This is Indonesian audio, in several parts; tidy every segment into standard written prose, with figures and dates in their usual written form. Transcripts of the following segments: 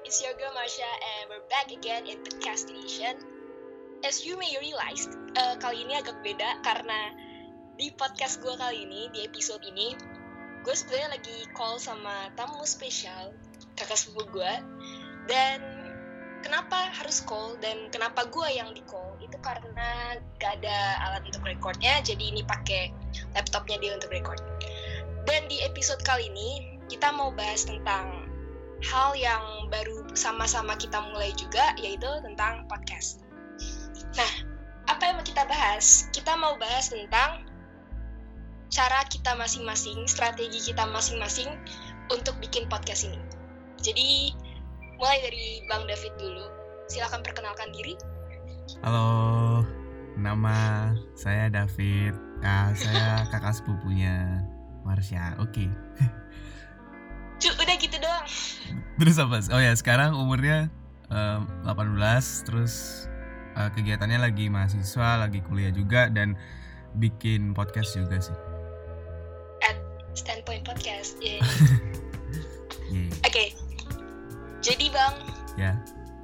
it's your girl Marsha and we're back again in Podcast Edition. As you may realize, kali ini agak beda karena di podcast gue kali ini, di episode ini, gue sebenarnya lagi call sama tamu spesial, kakak sepupu gue. Dan kenapa harus call dan kenapa gue yang di call? Itu karena gak ada alat untuk recordnya, jadi ini pakai laptopnya dia untuk record. Dan di episode kali ini, kita mau bahas tentang hal yang baru sama-sama kita mulai juga, yaitu tentang podcast. Nah, apa yang mau kita bahas? Kita mau bahas tentang cara kita masing-masing, strategi kita masing-masing untuk bikin podcast ini. Jadi, mulai dari Bang David dulu. Silakan perkenalkan diri. Halo, nama saya David. Saya kakak sepupunya Marsha. Oke. Udah gitu doang. Terus apa? Oh ya, sekarang umurnya 18. Terus kegiatannya lagi mahasiswa, lagi kuliah juga, dan bikin podcast juga sih. At Standpoint Podcast. Yeah. Yeah. Oke. Jadi Bang, Ya.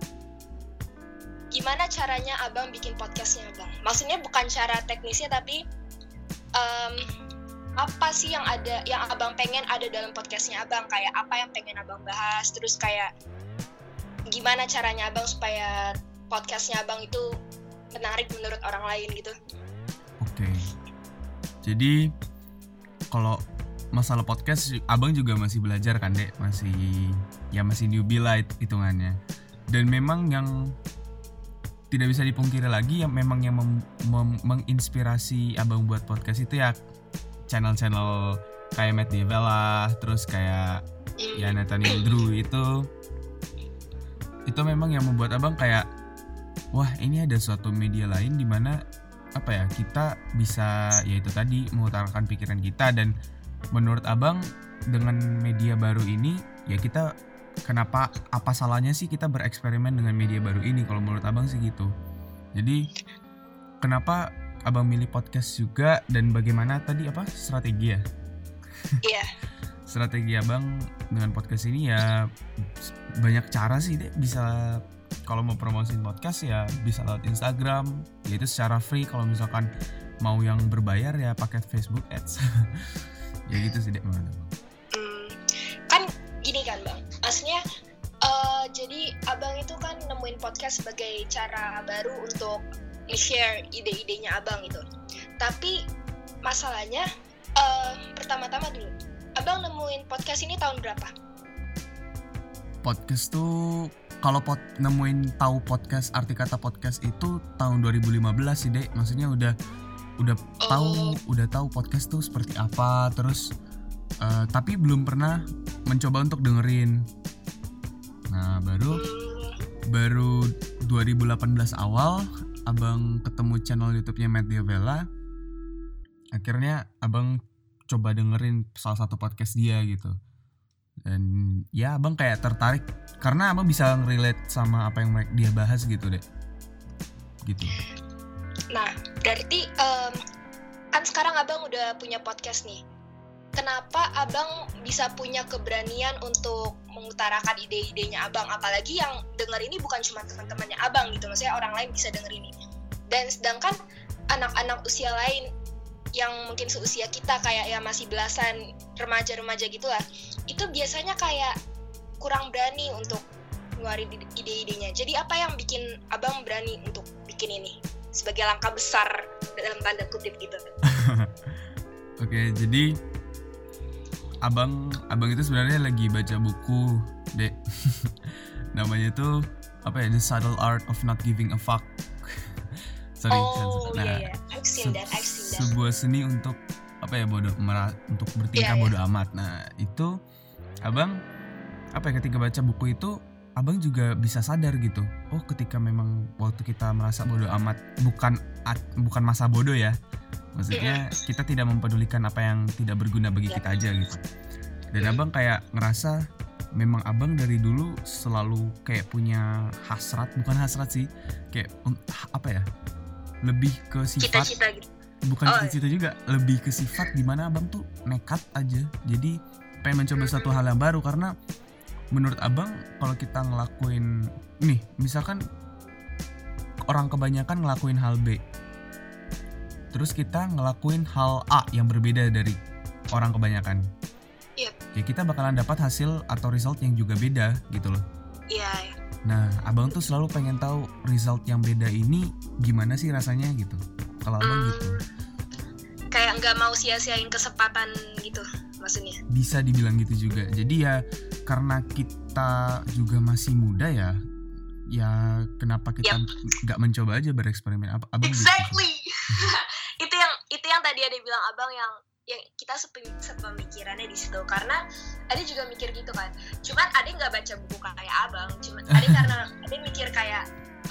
gimana caranya Abang bikin podcastnya Abang? Maksudnya bukan cara teknisnya, tapi apa sih yang Abang pengen ada dalam podcastnya Abang? Kayak apa yang pengen Abang bahas? Terus kayak gimana caranya Abang supaya podcastnya Abang itu menarik menurut orang lain gitu? Oke. Jadi kalau masalah podcast, Abang juga masih belajar kan, Dek? Masih newbie lah hitungannya. Dan memang yang tidak bisa dipungkiri lagi, yang memang yang menginspirasi Abang buat podcast itu ya channel-channel kayak Matt D'Avella, terus kayak ya Nathaniel Drew itu memang yang membuat Abang kayak, wah, ini ada suatu media lain di mana apa ya, kita bisa yaitu tadi mengutarakan pikiran kita. Dan menurut Abang dengan media baru ini ya kita apa salahnya sih kita bereksperimen dengan media baru ini, kalau menurut Abang sih gitu. Jadi kenapa Abang milih podcast juga, dan bagaimana tadi strategi ya? Iya. Strategi Abang dengan podcast ini ya banyak cara sih, Dek. Bisa kalau mau promosiin podcast ya bisa lewat Instagram, yaitu secara free. Kalau misalkan mau yang berbayar ya pakai Facebook Ads. Ya gitu sih, Dek, menurut Abang. Kan gini kan Bang, maksudnya jadi Abang itu kan nemuin podcast sebagai cara baru untuk share ide-idenya Abang itu. Tapi masalahnya pertama-tama dulu, Abang nemuin podcast ini tahun berapa? Podcast tuh kalau nemuin tahu podcast, arti kata podcast itu tahun 2015 sih, Dek. Maksudnya udah tahu podcast tuh seperti apa, terus tapi belum pernah mencoba untuk dengerin. Nah, baru 2018 awal Abang ketemu channel YouTube-nya Matt D'Avella. Akhirnya Abang coba dengerin salah satu podcast dia gitu. Dan ya Abang kayak tertarik karena Abang bisa nge-relate sama apa yang dia bahas gitu, deh. Gitu. Nah, berarti kan sekarang Abang udah punya podcast nih. Kenapa Abang bisa punya keberanian untuk mengutarakan ide-idenya Abang? Apalagi yang denger ini bukan cuma teman-temannya Abang gitu. Maksudnya orang lain bisa denger ini. Dan sedangkan anak-anak usia lain yang mungkin seusia kita kayak ya masih belasan, remaja-remaja gitulah, itu biasanya kayak kurang berani untuk ngeluarin ide-idenya. Jadi apa yang bikin Abang berani untuk bikin ini? Sebagai langkah besar dalam tanda kutip gitu. Oke, jadi Abang itu sebenarnya lagi baca buku, Dek. Namanya tuh The Subtle Art of Not Giving a Fuck. Sorry. Iya. I've seen that. Sebuah seni untuk untuk bertingkah bodoh amat. Nah, itu Abang ketika baca buku itu Abang juga bisa sadar gitu. Oh, ketika memang waktu kita merasa bodoh amat, bukan masa bodoh ya. Maksudnya kita tidak mempedulikan apa yang tidak berguna bagi kita aja gitu. Dan Abang kayak ngerasa memang Abang dari dulu selalu kayak punya bukan hasrat sih, kayak lebih ke sifat. Cita-cita gitu. Bukan cita-cita juga, lebih ke sifat dimana Abang tuh nekat aja. Jadi pengen mencoba satu hal yang baru karena menurut abang kalau kita ngelakuin nih, misalkan orang kebanyakan ngelakuin hal B, terus kita ngelakuin hal A yang berbeda dari orang kebanyakan, ya kita bakalan dapat hasil atau result yang juga beda gitu loh. Iya. Nah, abang tuh selalu pengen tahu result yang beda ini gimana sih rasanya gitu. Kalau abang gitu. Kayak nggak mau sia-siain kesempatan gitu maksudnya. Bisa dibilang gitu juga. Jadi ya karena kita juga masih muda ya kenapa kita nggak mencoba aja bereksperimen abang exactly. Gitu. itu yang tadi ada bilang abang yang kita sepemikirannya di situ, karena Ade juga mikir gitu kan. Cuman Ade nggak baca buku kayak abang, cuman Ade karena Ade mikir kayak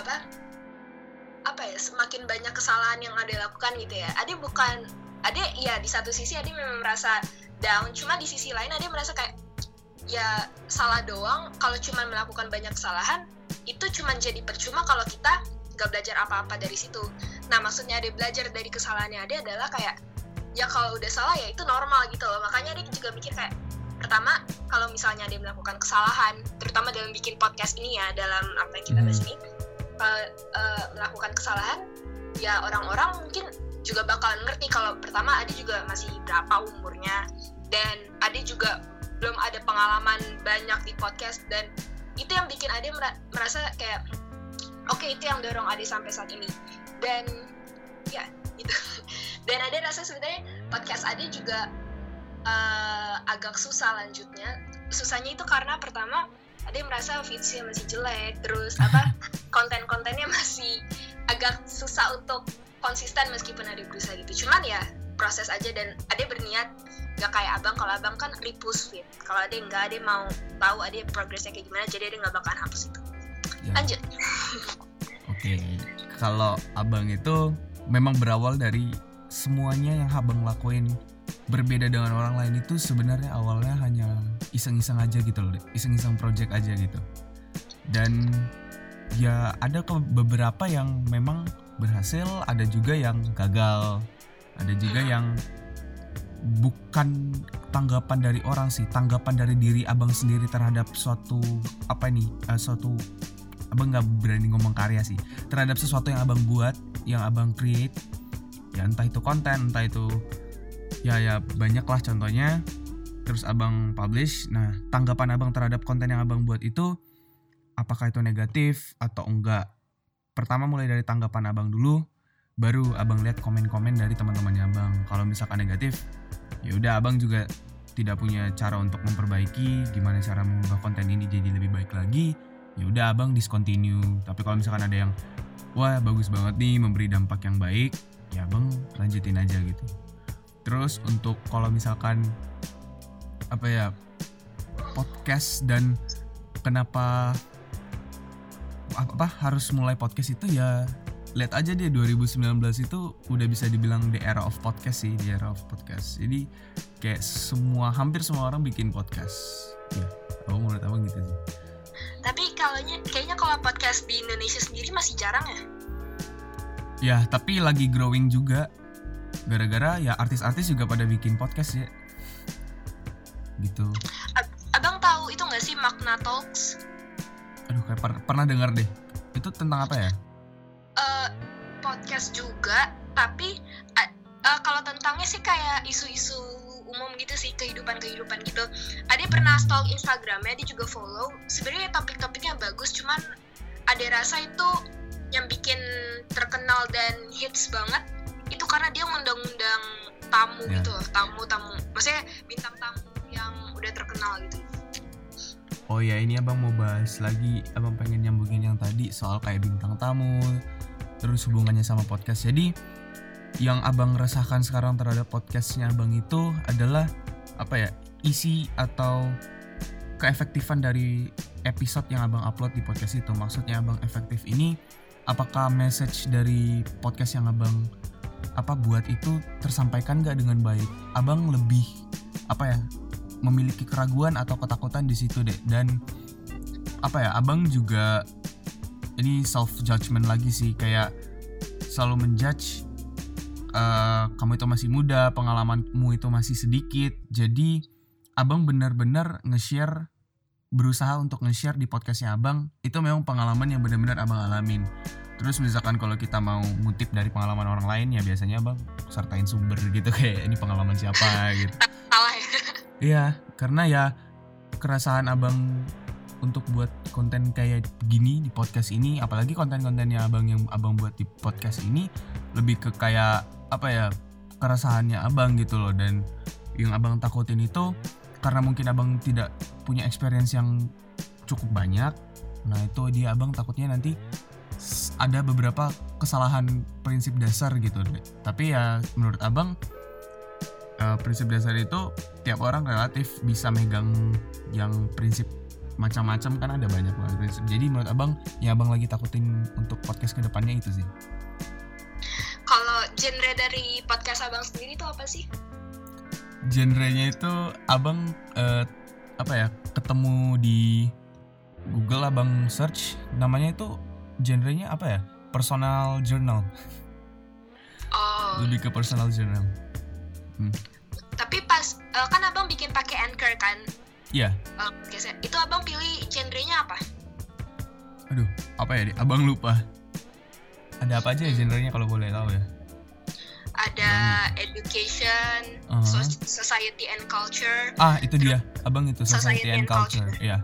apa ya, semakin banyak kesalahan yang Ade lakukan gitu ya. Ade ya di satu sisi Ade memang merasa down, cuma di sisi lain Ade merasa kayak ya salah doang. Kalau cuma melakukan banyak kesalahan itu cuma jadi percuma kalau kita nggak belajar apa-apa dari situ. Nah, maksudnya Ade belajar dari kesalahannya Ade adalah kayak ya kalau udah salah ya itu normal gitu loh. Makanya dia juga mikir kayak, pertama kalau misalnya dia melakukan kesalahan, terutama dalam bikin podcast ini ya, dalam apa yang kita bahas ini, melakukan kesalahan ya orang-orang mungkin juga bakalan ngerti kalau pertama Ade juga masih berapa umurnya, dan Ade juga belum ada pengalaman banyak di podcast, dan itu yang bikin Ade merasa kayak oke, itu yang dorong Ade sampai saat ini. Dan ya gitu. Dan Ade rasa sebenarnya podcast Ade juga agak susah lanjutnya. Susahnya itu karena pertama Ade merasa feeds-nya masih jelek, terus konten-kontennya masih agak susah untuk konsisten meskipun Ade berusaha gitu. Cuman ya proses aja, dan Ade berniat gak kayak abang. Kalau abang kan repost feed, kalau Ade enggak, Ade mau tahu Ade progresnya kayak gimana, jadi Ade gak bakalan hapus itu ya. Lanjut. Oke, kalau abang itu memang berawal dari semuanya yang abang lakuin berbeda dengan orang lain itu sebenarnya awalnya hanya iseng-iseng aja gitu loh, iseng-iseng project aja gitu. Dan ya ada beberapa yang memang berhasil, ada juga yang gagal, ada juga yang bukan tanggapan dari orang sih, tanggapan dari diri abang sendiri terhadap suatu abang nggak berani ngomong karya sih, terhadap sesuatu yang abang buat, yang abang create, ya entah itu konten, entah itu ya banyak lah contohnya, terus abang publish. Nah, tanggapan abang terhadap konten yang abang buat itu apakah itu negatif atau enggak? Pertama mulai dari tanggapan abang dulu, baru abang lihat komen-komen dari teman-temannya abang. Kalau misalkan negatif, ya udah abang juga tidak punya cara untuk memperbaiki gimana cara mengubah konten ini jadi lebih baik lagi. Ya udah abang discontinue. Tapi kalau misalkan ada yang wah bagus banget nih, memberi dampak yang baik, ya abang lanjutin aja gitu. Terus untuk kalau misalkan podcast dan kenapa harus mulai podcast itu, ya lihat aja deh 2019 itu udah bisa dibilang the era of podcast sih, the era of podcast. Jadi kayak hampir semua orang bikin podcast. Ya, menurut abang gitu sih. Tapi kayaknya kalau podcast di Indonesia sendiri masih jarang ya? Ya, tapi lagi growing juga. Gara-gara ya artis-artis juga pada bikin podcast ya. Gitu. Abang tahu itu nggak sih Magna Talks? Aduh, kayak pernah dengar deh. Itu tentang apa ya? Podcast juga, tapi kalau tentangnya sih kayak isu-isu umum gitu sih, kehidupan gitu. Ade pernah stalk Instagramnya, dia juga follow. Sebenarnya topik-topiknya bagus, cuman Ade rasa itu yang bikin terkenal dan hits banget itu karena dia ngundang-undang tamu gitu loh, tamu, maksudnya bintang tamu yang udah terkenal gitu. Oh ya, ini abang mau bahas lagi, abang pengen nyambungin yang tadi soal kayak bintang tamu, terus hubungannya sama podcast. Jadi yang abang resahkan sekarang terhadap podcastnya abang itu adalah isi atau keefektifan dari episode yang abang upload di podcast itu. Maksudnya abang efektif ini, apakah message dari podcast yang abang buat itu tersampaikan gak dengan baik? Abang lebih memiliki keraguan atau ketakutan di situ deh. Dan abang juga ini self judgment lagi sih, kayak selalu menjudge kamu itu masih muda, pengalamanmu itu masih sedikit. Jadi abang benar-benar nge-share berusaha untuk nge-share di podcastnya abang itu memang pengalaman yang benar-benar abang alamin. Terus misalkan kalau kita mau ngutip dari pengalaman orang lain ya biasanya abang sertain sumber gitu, kayak ini pengalaman siapa gitu. Salah ya. Iya, karena ya keresahan abang untuk buat konten kayak gini di podcast ini, apalagi konten-kontennya abang yang abang buat di podcast ini lebih ke kayak apa ya, keresahannya abang gitu loh. Dan yang abang takutin itu karena mungkin abang tidak punya experience yang cukup banyak. Nah itu dia abang takutnya nanti ada beberapa kesalahan prinsip dasar gitu. Tapi ya menurut abang prinsip dasar itu tiap orang relatif bisa megang yang prinsip macam-macam, kan ada banyak banget prinsip. Jadi menurut abang yang abang lagi takutin untuk podcast kedepannya itu sih. Kalau genre dari podcast abang sendiri itu apa sih? Genrenya itu abang ketemu di Google, abang search namanya itu genrenya apa ya, personal journal. Lebih ke personal journal. Tapi pas kan abang bikin pakai Anchor kan? Iya. Itu abang pilih genrenya apa? Aduh, apa ya, abang lupa. Ada apa aja ya genrenya kalau boleh tahu ya? Ada education, society and culture. Itu dia, abang itu society and culture. Iya.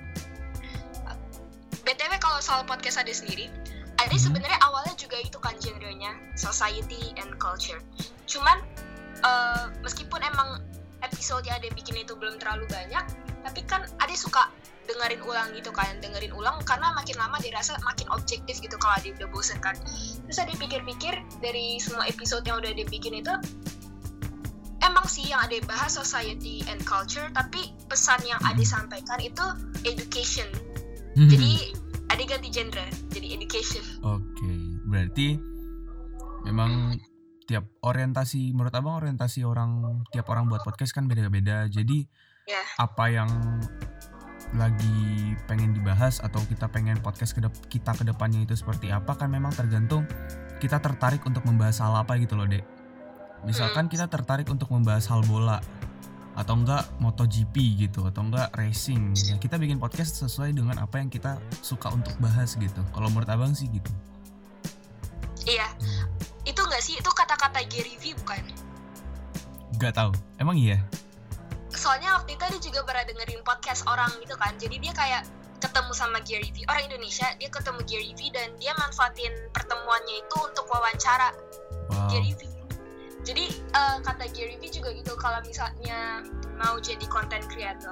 BTW kalau soal podcast ada sendiri, ada sebenarnya awalnya juga itu kan genrenya society and culture. Cuman meskipun emang episode yang ada bikin itu belum terlalu banyak, tapi kan ada suka dengerin ulang karena makin lama dirasa makin objektif gitu kalau dia udah bosen kan. Terus ada pikir-pikir dari semua episode yang udah dibikin itu emang sih yang ada bahas society and culture, tapi pesan yang ada sampaikan itu education. Jadi ada ganti genre jadi education. Oke, berarti memang tiap orientasi, menurut abang orientasi tiap orang buat podcast kan beda-beda. Jadi apa yang lagi pengen dibahas atau kita pengen podcast kita ke depannya itu seperti apa kan memang tergantung kita tertarik untuk membahas hal apa gitu loh, Dek. Misalkan kita tertarik untuk membahas hal bola atau enggak MotoGP gitu atau enggak racing, ya kita bikin podcast sesuai dengan apa yang kita suka untuk bahas gitu. Kalau menurut abang sih gitu. Iya. Itu enggak sih, itu kata-kata Gary V bukan? Enggak tahu. Emang iya? Soalnya waktu itu dia juga pernah dengerin podcast orang gitu kan. Jadi dia kayak ketemu sama Gary V, orang Indonesia, dia ketemu Gary V dan dia manfaatin pertemuannya itu untuk wawancara Gary V. Jadi kata Gary V juga gitu, kalau misalnya mau jadi content creator,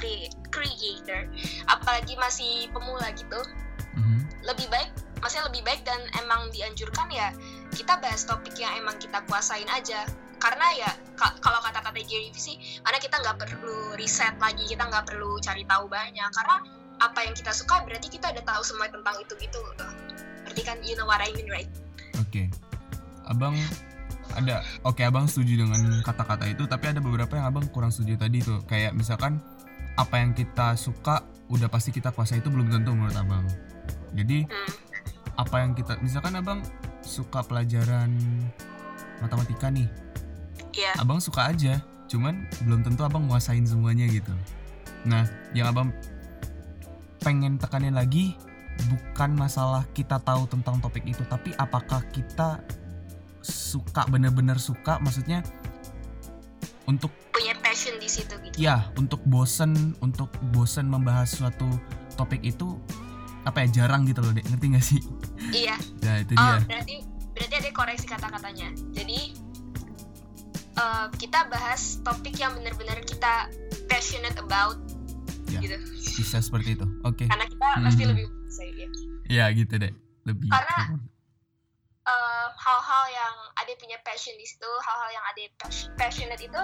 apalagi masih pemula gitu, lebih baik dan emang dianjurkan ya kita bahas topik yang emang kita kuasain aja. Karena ya kalau kata-kata Gary V sih, karena kita nggak perlu riset lagi, kita nggak perlu cari tahu banyak, karena apa yang kita suka berarti kita udah tahu semua tentang itu gitu. Berarti kan you know what I mean, right? Oke. Abang setuju dengan kata-kata itu, tapi ada beberapa yang abang kurang setuju tadi tuh. Kayak misalkan apa yang kita suka udah pasti kita kuasai itu belum tentu menurut abang. Jadi apa yang kita, misalkan abang suka pelajaran matematika nih. Yeah. Abang suka aja, cuman belum tentu abang nguasain semuanya gitu. Nah, yang abang pengen tekanin lagi bukan masalah kita tahu tentang topik itu, tapi apakah kita suka, benar-benar suka, maksudnya untuk punya passion di situ gitu. Ya, untuk bosen membahas suatu topik itu apa ya, jarang gitu loh, Dek. Ngerti gak sih? Iya. Nah, itu dia. Berarti ada koreksi kata-katanya. Jadi kita bahas topik yang benar-benar kita passionate about ya, gitu. Bisa seperti itu. Oke. Karena kita pasti lebih menguasai ya. Iya gitu deh. Lebih. Karena hal-hal yang ada punya passion di situ, hal-hal yang ada passionate itu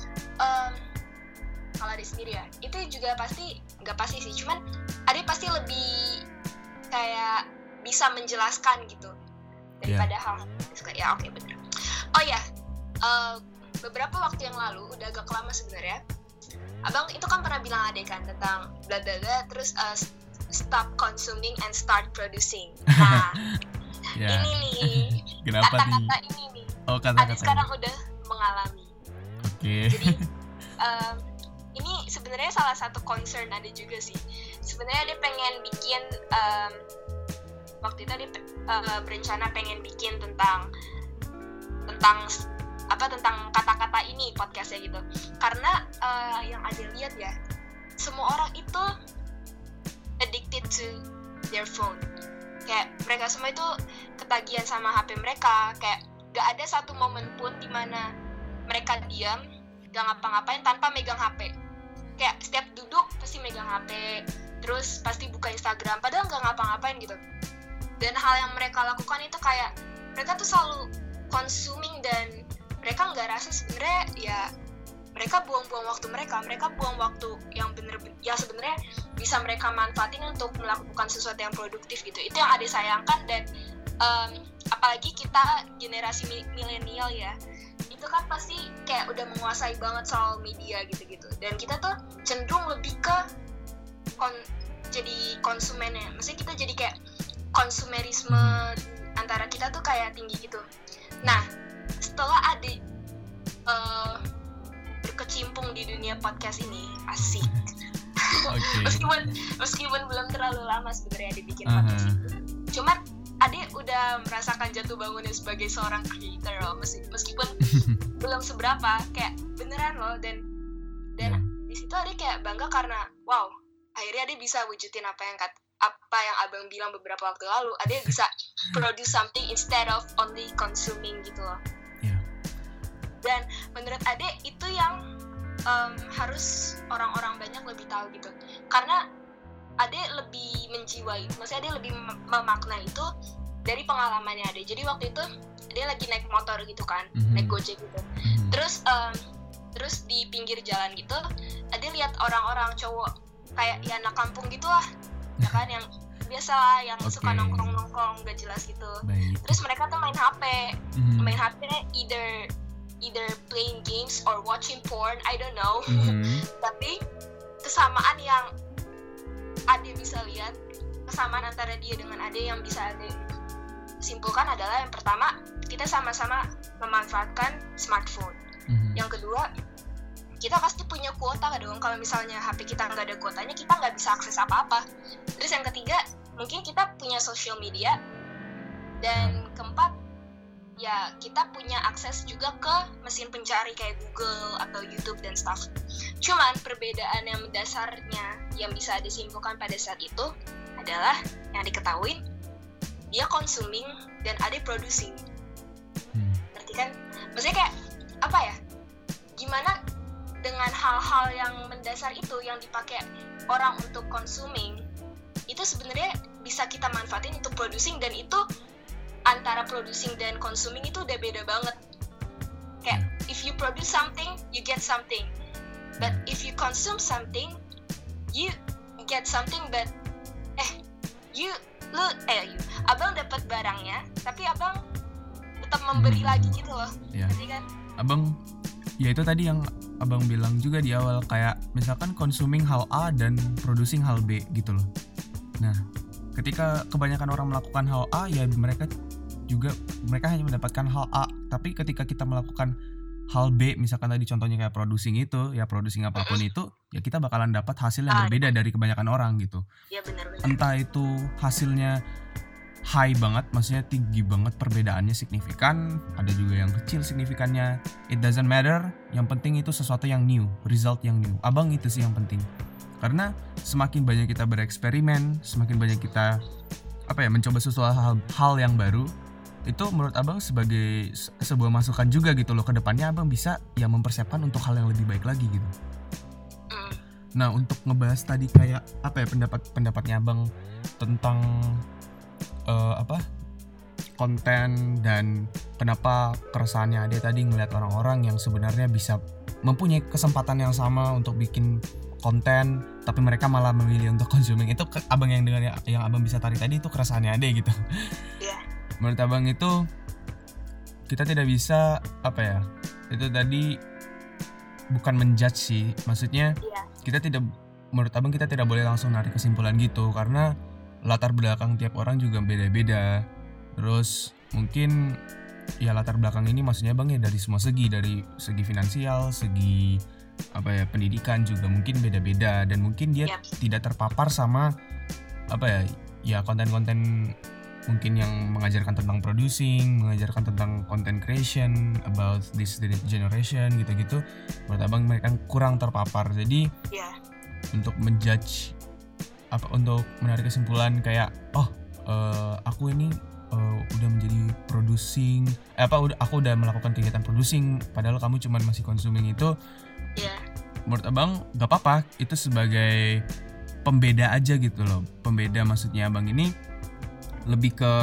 kalau ada sendiri ya, itu juga pasti, nggak pasti sih, cuman ada pasti lebih kayak bisa menjelaskan gitu daripada hal suka. Ya oke, bener. Oh ya, beberapa waktu yang lalu, udah agak lama sebenarnya, abang itu kan pernah bilang ada kan tentang bla bla bla, terus stop consuming and start producing. Nah, ini nih kata-kata ini nih. Oh, kata-kata. Adi sekarang udah mengalami. Oke. Jadi ini sebenarnya salah satu concern Ade juga sih. Sebenarnya dia pengen bikin waktu itu dia berencana pengen bikin tentang kata-kata ini podcastnya gitu. Karena yang Ade lihat ya, semua orang itu addicted to their phone. Kayak mereka semua itu ketagihan sama HP mereka. Kayak gak ada satu momen pun dimana mereka diam, gak ngapa-ngapain tanpa megang HP. Kayak setiap duduk pasti megang HP, terus pasti buka Instagram, padahal gak ngapa-ngapain gitu. Dan hal yang mereka lakukan itu kayak mereka tuh selalu consuming, dan mereka gak rasa sebenarnya ya mereka buang-buang waktu mereka buang waktu yang bener-bener yang sebenarnya bisa mereka manfaatin untuk melakukan sesuatu yang produktif gitu. Itu yang Ade sayangkan. Dan apalagi kita generasi milenial ya, itu kan pasti kayak udah menguasai banget soal media gitu-gitu, dan kita tuh cenderung lebih ke jadi konsumennya. Maksudnya kita jadi kayak konsumerisme antara kita tuh kayak tinggi gitu. Nah, setelah Ade berkecimpung di dunia podcast ini, asik. Okay. meskipun belum terlalu lama sebenarnya Ade bikin podcast itu. Cuman Ade udah merasakan jatuh bangunnya sebagai seorang creator loh, meskipun belum seberapa, kayak beneran loh. Dan di situ Ade kayak bangga karena wow, akhirnya Ade bisa wujudin apa yang Abang bilang beberapa waktu lalu. Ade bisa produce something instead of only consuming gitu loh. Dan menurut Ade itu yang harus orang-orang banyak lebih tahu gitu, karena Ade lebih menjiwai, maksudnya Ade lebih memaknai itu dari pengalamannya Ade. Jadi waktu itu Ade lagi naik motor gitu kan, naik Gojek gitu. Terus di pinggir jalan gitu Ade lihat orang-orang cowok kayak ya anak kampung gitu lah, ya kan, yang biasa lah, yang suka nongkrong gak jelas gitu. Terus mereka tuh main HP, main HP either playing games or watching porn, I don't know. Tapi kesamaan yang Ade bisa lihat, kesamaan antara dia dengan Ade yang bisa Ade simpulkan adalah, yang pertama, kita sama-sama memanfaatkan smartphone. Yang kedua, kita pasti punya kuota dong. Kalau misalnya HP kita nggak ada kuotanya, kita nggak bisa akses apa-apa. Terus yang ketiga, mungkin kita punya social media. Dan keempat, ya kita punya akses juga ke mesin pencari kayak Google atau YouTube dan stuff. Cuman perbedaan yang mendasarnya yang bisa disimpulkan pada saat itu adalah yang diketahui, dia consuming dan Ade producing. Ngerti kan? Maksudnya kayak apa ya? Gimana dengan hal-hal yang mendasar itu yang dipakai orang untuk consuming, itu sebenarnya bisa kita manfaatin untuk producing, dan itu antara producing dan consuming itu udah beda banget. Kayak if you produce something, you get something. But if you consume something, you get something, but Abang dapat barangnya, tapi Abang tetap memberi lagi gitu loh. Jadi kan Abang, ya itu tadi yang Abang bilang juga di awal, kayak misalkan consuming hal A dan producing hal B gitu loh. Nah, ketika kebanyakan orang melakukan hal A, ya mereka hanya mendapatkan hal A. Tapi ketika kita melakukan hal B, misalkan tadi contohnya kayak producing itu, ya producing apapun itu, ya kita bakalan dapat hasil yang berbeda dari kebanyakan orang gitu. Iya benar. Entah itu hasilnya high banget, maksudnya tinggi banget perbedaannya, signifikan, ada juga yang kecil signifikannya. It doesn't matter, yang penting itu sesuatu yang new, result yang new. Abang itu sih yang penting. Karena semakin banyak kita bereksperimen, semakin banyak kita mencoba sesuatu hal yang baru, itu menurut Abang sebagai sebuah masukan juga gitu loh, ke depannya Abang bisa ya mempersiapkan untuk hal yang lebih baik lagi gitu. Nah, untuk ngebahas tadi kayak pendapatnya Abang tentang konten, dan kenapa keresahannya dia tadi ngeliat orang-orang yang sebenarnya bisa mempunyai kesempatan yang sama untuk bikin konten, tapi mereka malah memilih untuk consuming. Itu Abang yang dengar yang Abang bisa tarik tadi, itu keresahannya Ade gitu. Menurut Abang itu kita tidak bisa itu tadi bukan menjudge sih, maksudnya menurut Abang kita tidak boleh langsung narik kesimpulan gitu, karena latar belakang tiap orang juga beda-beda. Terus mungkin ya latar belakang ini maksudnya Bang ya dari semua segi, dari segi finansial, segi pendidikan juga mungkin beda-beda, dan mungkin dia tidak terpapar sama konten-konten mungkin yang mengajarkan tentang producing, mengajarkan tentang content creation about this generation gitu-gitu. Menurut abang mereka kurang terpapar. Jadi untuk menjudge untuk menarik kesimpulan kayak aku ini udah menjadi producing aku udah melakukan kegiatan producing padahal kamu cuma masih consuming itu. Menurut abang gak apa-apa, itu sebagai pembeda aja gitu loh. Pembeda maksudnya abang ini lebih ke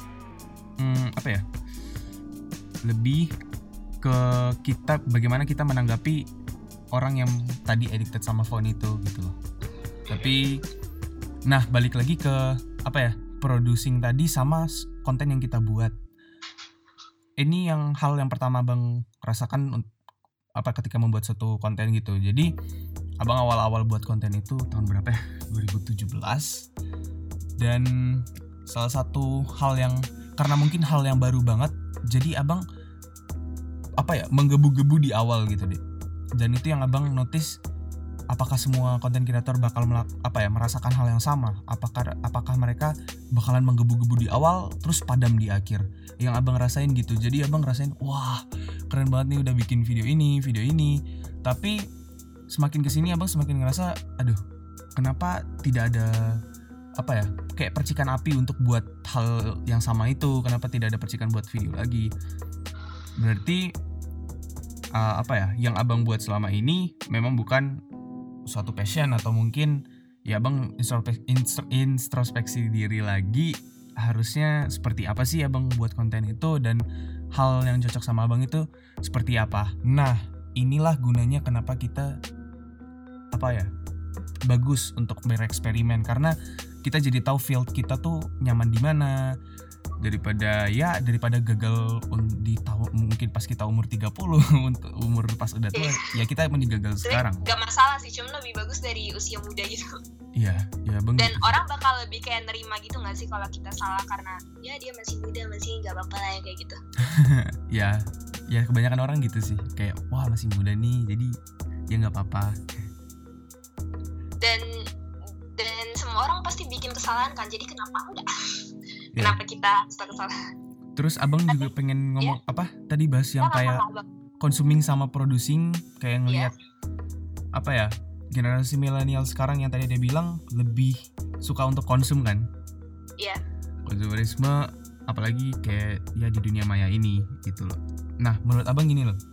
lebih ke kita, bagaimana kita menanggapi orang yang tadi addicted sama phone itu gitu loh. Tapi balik lagi ke producing tadi sama konten yang kita buat. Ini hal yang pertama abang rasakan ketika membuat suatu konten gitu. Jadi abang awal-awal buat konten itu tahun berapa ya? 2017. Dan salah satu hal yang, karena mungkin hal yang baru banget, jadi abang menggebu-gebu di awal gitu deh. Dan itu yang abang notice, apakah semua konten kreator bakal merasakan hal yang sama? Apakah mereka bakalan menggebu-gebu di awal terus padam di akhir? Yang abang rasain gitu. Jadi abang rasain, wah keren banget nih udah bikin video ini. Tapi semakin kesini abang semakin ngerasa, aduh kenapa tidak ada kayak percikan api untuk buat hal yang sama itu? Kenapa tidak ada percikan buat video lagi? Berarti yang abang buat selama ini memang bukan suatu passion, atau mungkin ya abang introspeksi diri lagi, harusnya seperti apa sih abang buat konten itu, dan hal yang cocok sama abang itu seperti apa. Nah inilah gunanya kenapa kita bagus untuk bereksperimen, karena kita jadi tahu field kita tuh nyaman di mana, daripada gagal mungkin pas kita umur 30 untuk umur pas udah tua ya kita mending gagal sekarang. Gak masalah sih, cuma lebih bagus dari usia muda gitu. Iya bang. Dan orang bakal lebih kayak nerima gitu nggak sih kalau kita salah, karena ya dia masih muda, masih nggak apa-apa lah kayak gitu. ya kebanyakan orang gitu sih, kayak wah masih muda nih jadi ya nggak apa-apa. Dan semua orang pasti bikin kesalahan kan, jadi kenapa enggak? Kenapa kita suka kesalahan? Terus abang juga pengen ngomong tadi bahas yang kayak consuming sama producing, kayak ngelihat generasi milenial sekarang yang tadi dia bilang lebih suka untuk konsum kan? Konsumerisme, apalagi kayak ya di dunia maya ini gitu loh. Nah menurut abang gini loh,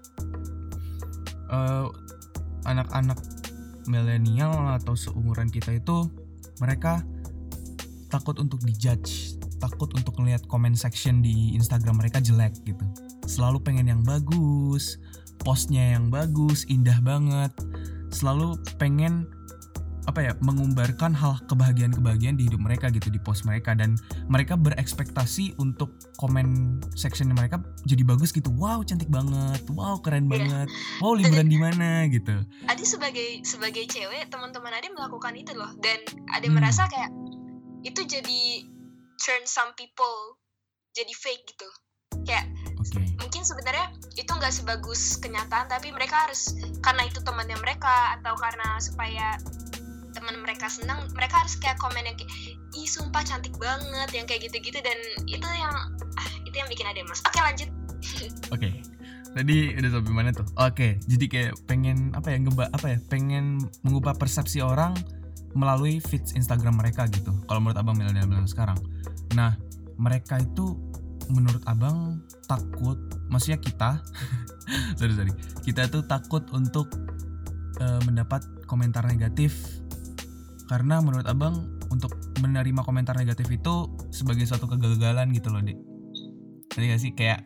anak-anak milenial atau seumuran kita itu mereka takut untuk dijudge, takut untuk ngelihat comment section di Instagram mereka jelek gitu. Selalu pengen yang bagus, postnya yang bagus, indah banget. Selalu pengen mengumbarkan hal kebahagiaan di hidup mereka gitu di post mereka, dan mereka berekspektasi untuk comment section mereka jadi bagus gitu. Wow, cantik banget. Wow, keren banget. Wow, liburan di mana gitu. Adi sebagai cewek, teman-teman Adi melakukan itu loh, dan Adi merasa kayak itu jadi turn some people jadi fake gitu. Kayak mungkin sebenarnya itu nggak sebagus kenyataan, tapi mereka harus, karena itu temannya mereka atau karena supaya teman mereka senang, mereka harus kayak komen yang kayak ih sumpah cantik banget, yang kayak gitu-gitu. Dan itu yang bikin ada mas. Oke lanjut. Oke. Tadi udah sampai mana tuh? Oke, jadi kayak pengen pengen mengubah persepsi orang melalui feeds Instagram mereka gitu. Kalau menurut abang milenial sekarang. Nah, mereka itu menurut abang takut, maksudnya kita kita tuh takut untuk mendapat komentar negatif, karena menurut abang untuk menerima komentar negatif itu sebagai suatu kegagalan gitu loh, Dek. Jadi gak sih kayak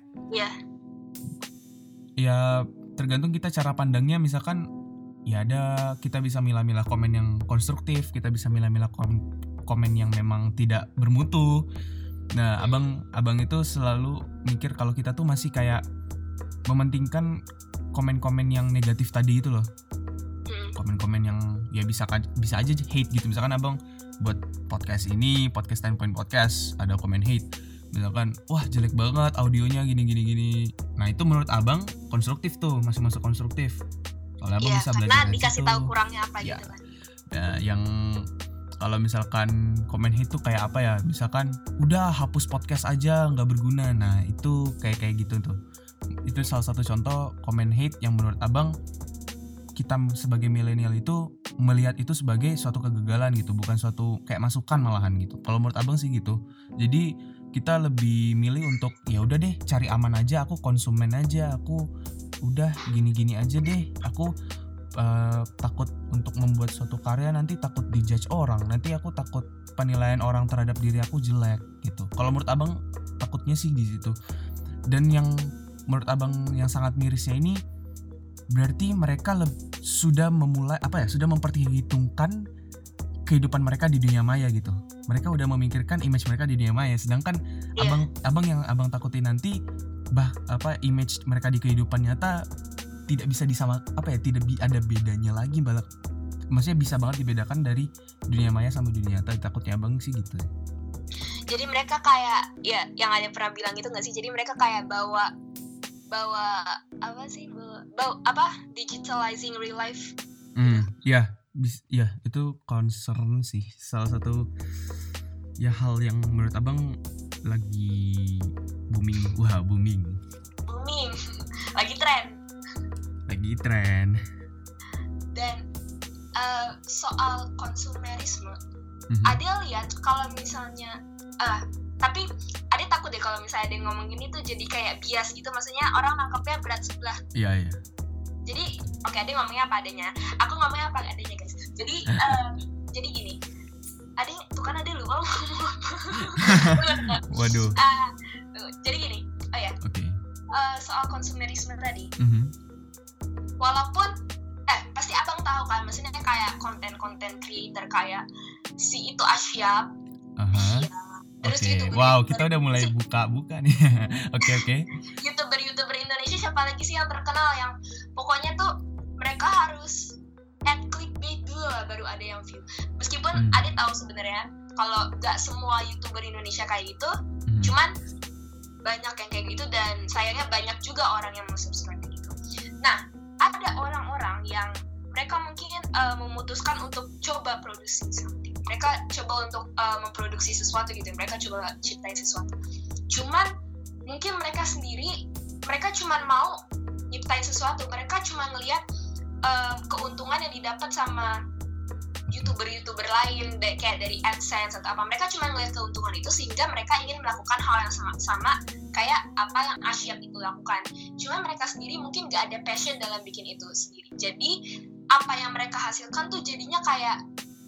ya tergantung kita cara pandangnya. Misalkan ya kita bisa milah-milah komen yang konstruktif, kita bisa milah-milah komen yang memang tidak bermutu. Nah abang itu selalu mikir kalau kita tuh masih kayak mementingkan komen-komen yang negatif tadi itu loh. Komen-komen yang ya bisa aja hate gitu. Misalkan abang buat podcast 10 Point Podcast ada komen hate, misalkan wah jelek banget audionya gini. Nah itu menurut abang konstruktif tuh, masih masuk konstruktif. Soalnya abang bisa belajar karena dari dikasih situ. tahu kurangnya apa Ya. gitu kan. Yang kalau misalkan komen hate tuh kayak apa ya, misalkan udah hapus podcast aja nggak berguna, nah itu kayak gitu tuh. Itu salah satu contoh komen hate yang menurut abang kita sebagai milenial itu melihat itu sebagai suatu kegagalan gitu, bukan suatu kayak masukan malahan gitu. Kalau menurut abang sih gitu. Jadi kita lebih milih untuk ya udah deh cari aman aja, aku konsumen aja, aku udah gini-gini aja deh, aku takut untuk membuat suatu karya nanti takut dijudge orang, nanti aku takut penilaian orang terhadap diri aku jelek gitu. Kalau menurut abang takutnya sih di situ. Dan yang menurut abang yang sangat mirisnya ini berarti mereka sudah memulai sudah memperhitungkan kehidupan mereka di dunia maya gitu. Mereka udah memikirkan image mereka di dunia maya, sedangkan abang yang abang takutin nanti image mereka di kehidupan nyata tidak bisa tidak ada bedanya lagi, maksudnya bisa banget dibedakan dari dunia maya sama dunia nyata. Takutnya abang sih gitu. Jadi mereka kayak ya yang ada pernah bilang gitu nggak sih, jadi mereka kayak bawa digitalizing real life. Ya itu concern sih, salah satu ya hal yang menurut abang lagi booming lagi tren. Dan soal konsumerisme, Ade lihat kalau misalnya tapi Ade takut deh kalau misalnya Ade ngomong gini tuh jadi kayak bias gitu, maksudnya orang nangkepnya berat sebelah. Iya. Jadi Ade ngomongnya apa adanya, aku ngomongnya apa adanya guys. Jadi jadi gini, Ade tuh kan Ade lupa. Waduh. Jadi gini, Oke. Soal konsumerisme tadi, walaupun pasti abang tahu kan, maksudnya kayak konten creator kayak si itu Asyap. Terus YouTuber. Wow, kita udah mulai buka nih. Oke. YouTuber Indonesia siapa lagi sih yang terkenal yang pokoknya tuh mereka harus add clickbait dulu lah baru ada yang view. Meskipun Ade tahu sebenarnya kalau nggak semua YouTuber Indonesia kayak gitu, cuman banyak yang kayak gitu dan sayangnya banyak juga orang yang mau subscribe gitu. Nah, ada orang-orang yang mereka mungkin memutuskan untuk coba produksi something. Mereka coba untuk memproduksi sesuatu gitu. Mereka coba ciptain sesuatu. Cuman mungkin mereka sendiri, mereka cuma mau nyiptain sesuatu. Mereka cuma ngelihat keuntungan yang didapat sama YouTuber lain, kayak dari AdSense atau apa. Mereka cuma ngelihat keuntungan itu sehingga mereka ingin melakukan hal yang sama kayak apa yang Asyap itu lakukan. Cuma mereka sendiri mungkin gak ada passion dalam bikin itu sendiri. Jadi apa yang mereka hasilkan tuh jadinya kayak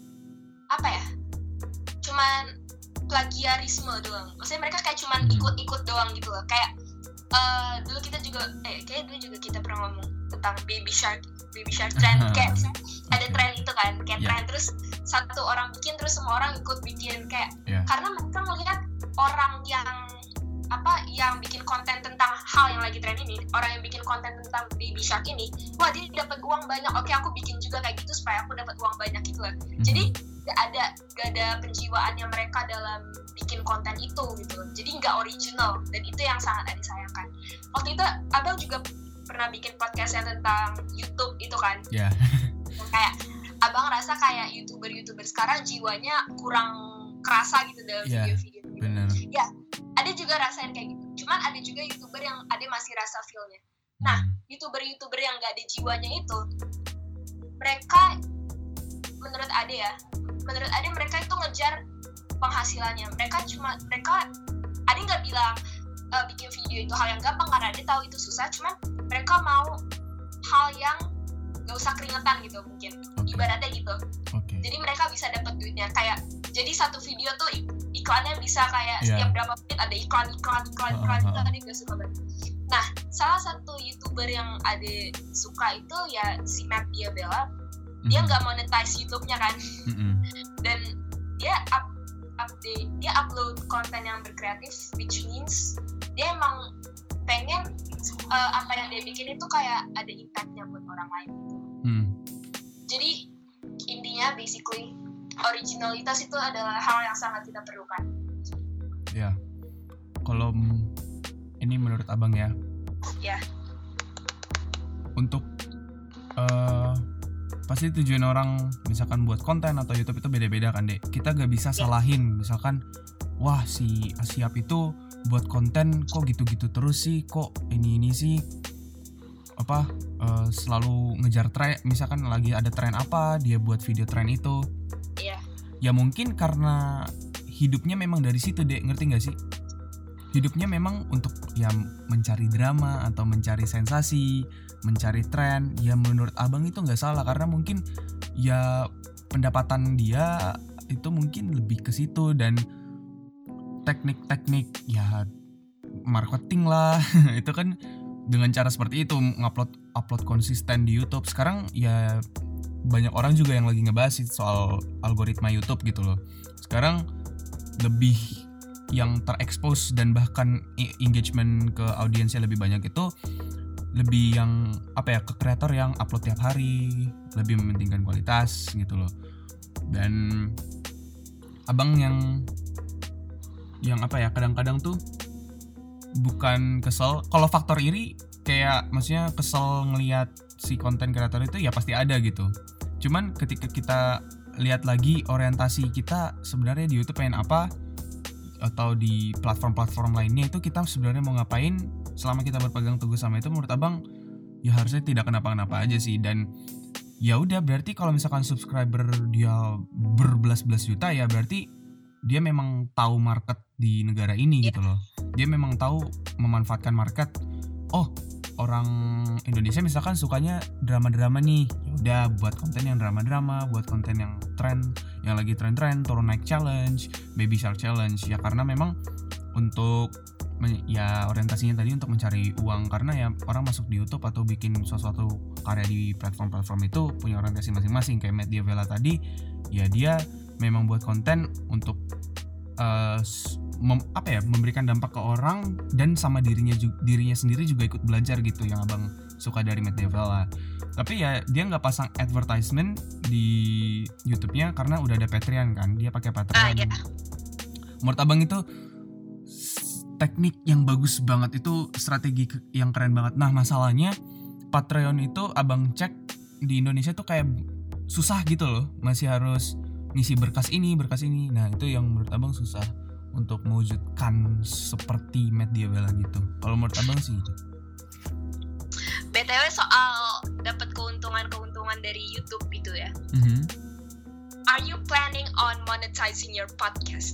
cuman plagiarisme doang. Maksudnya mereka kayak cuman ikut doang gitu loh. Kayak dulu kita juga kita pernah ngomong tentang baby shark trend. Kayak misalnya ada tren itu kan, kayak tren terus satu orang bikin terus semua orang ikut bikin kayak karena mereka melihat orang yang bikin konten tentang hal yang lagi tren ini, orang yang bikin konten tentang baby shark ini, wah dia dapat uang banyak, oke aku bikin juga kayak gitu supaya aku dapat uang banyak gitu lah. Jadi gak ada penjiwaannya mereka dalam bikin konten itu gitu. Jadi gak original, dan itu yang sangat disayangkan. Waktu itu abang juga pernah bikin podcast yang tentang YouTube itu kan. Kayak abang rasa kayak YouTuber sekarang jiwanya kurang kerasa gitu dalam video-video gitu. Bener. Ya, ada juga rasain kayak gitu. Cuman ada juga YouTuber yang ada masih rasa feel-nya. Nah, YouTuber yang gak ada jiwanya itu, mereka menurut Ade mereka itu ngejar penghasilannya. Ade nggak bilang bikin video itu hal yang gampang karena Ade tahu itu susah. Cuman mereka mau hal yang nggak usah keringetan gitu mungkin. Ibaratnya gitu. Jadi mereka bisa dapat duitnya. Kayak jadi satu video tuh iklannya bisa kayak setiap berapa menit ada iklan itu Ade nggak suka banget. Nah, salah satu YouTuber yang Ade suka itu ya si Matt Diabella. Dia nggak monetize YouTube-nya kan, dan dia upload konten yang berkreatif, which means dia emang pengen apa yang dia bikin itu kayak ada impact-nya buat orang lain. Jadi intinya basically originalitas itu adalah hal yang sangat kita perlukan. Ya, kalau ini menurut abang ya. Ya. Untuk pasti tujuan orang misalkan buat konten atau YouTube itu beda-beda kan Dek. Kita gak bisa salahin misalkan wah si Asyap itu buat konten kok gitu-gitu terus sih, kok ini sih selalu ngejar tren, misalkan lagi ada tren apa dia buat video tren itu. Ya mungkin karena hidupnya memang dari situ Dek, ngerti gak sih? Hidupnya memang untuk ya mencari drama atau mencari sensasi, mencari tren. Ya menurut abang itu gak salah, karena mungkin ya pendapatan dia itu mungkin lebih ke situ. Dan teknik-teknik ya marketing lah itu kan dengan cara seperti itu, upload konsisten di YouTube. Sekarang ya banyak orang juga yang lagi ngebahas soal algoritma YouTube gitu loh. Sekarang lebih yang terekspos dan bahkan engagement ke audiensnya lebih banyak itu lebih yang ke kreator yang upload tiap hari, lebih mementingkan kualitas gitu loh. Dan abang yang kadang-kadang tuh bukan kesel, kalau faktor iri kayak maksudnya kesel ngelihat si konten kreator itu ya pasti ada gitu. Cuman ketika kita lihat lagi orientasi kita sebenarnya di YouTube pengen apa, atau di platform-platform lainnya itu kita sebenarnya mau ngapain, selama kita berpegang teguh sama itu, menurut abang ya harusnya tidak kenapa-kenapa aja sih. Dan ya udah, berarti kalau misalkan subscriber dia berbelas-belas juta ya berarti dia memang tahu market di negara ini gitu loh. Dia memang tahu memanfaatkan market. Oh, orang Indonesia misalkan sukanya drama-drama nih, ya udah buat konten yang drama-drama, buat konten yang tren, yang lagi tren-tren, turun naik challenge, baby shark challenge. Ya karena memang untuk ya orientasinya tadi untuk mencari uang, karena ya orang masuk di YouTube atau bikin sesuatu karya di platform-platform itu punya orientasi masing-masing. Kayak Matt D'Avella tadi, ya dia memang buat konten untuk memberikan dampak ke orang dan sama dirinya sendiri juga ikut belajar gitu, yang abang suka dari Matt D'Avella. Tapi ya dia nggak pasang advertisement di YouTube-nya karena udah ada Patreon kan, dia pakai Patreon. Menurut abang itu teknik yang bagus banget, itu strategi yang keren banget. Nah masalahnya Patreon itu abang cek di Indonesia tuh kayak susah gitu loh, masih harus ngisi berkas ini. Nah itu yang menurut abang susah untuk mewujudkan seperti Matt D'Avella gitu. Kalau menurut abang sih itu. BTW soal dapat keuntungan dari YouTube gitu ya. Are you planning on monetizing your podcast?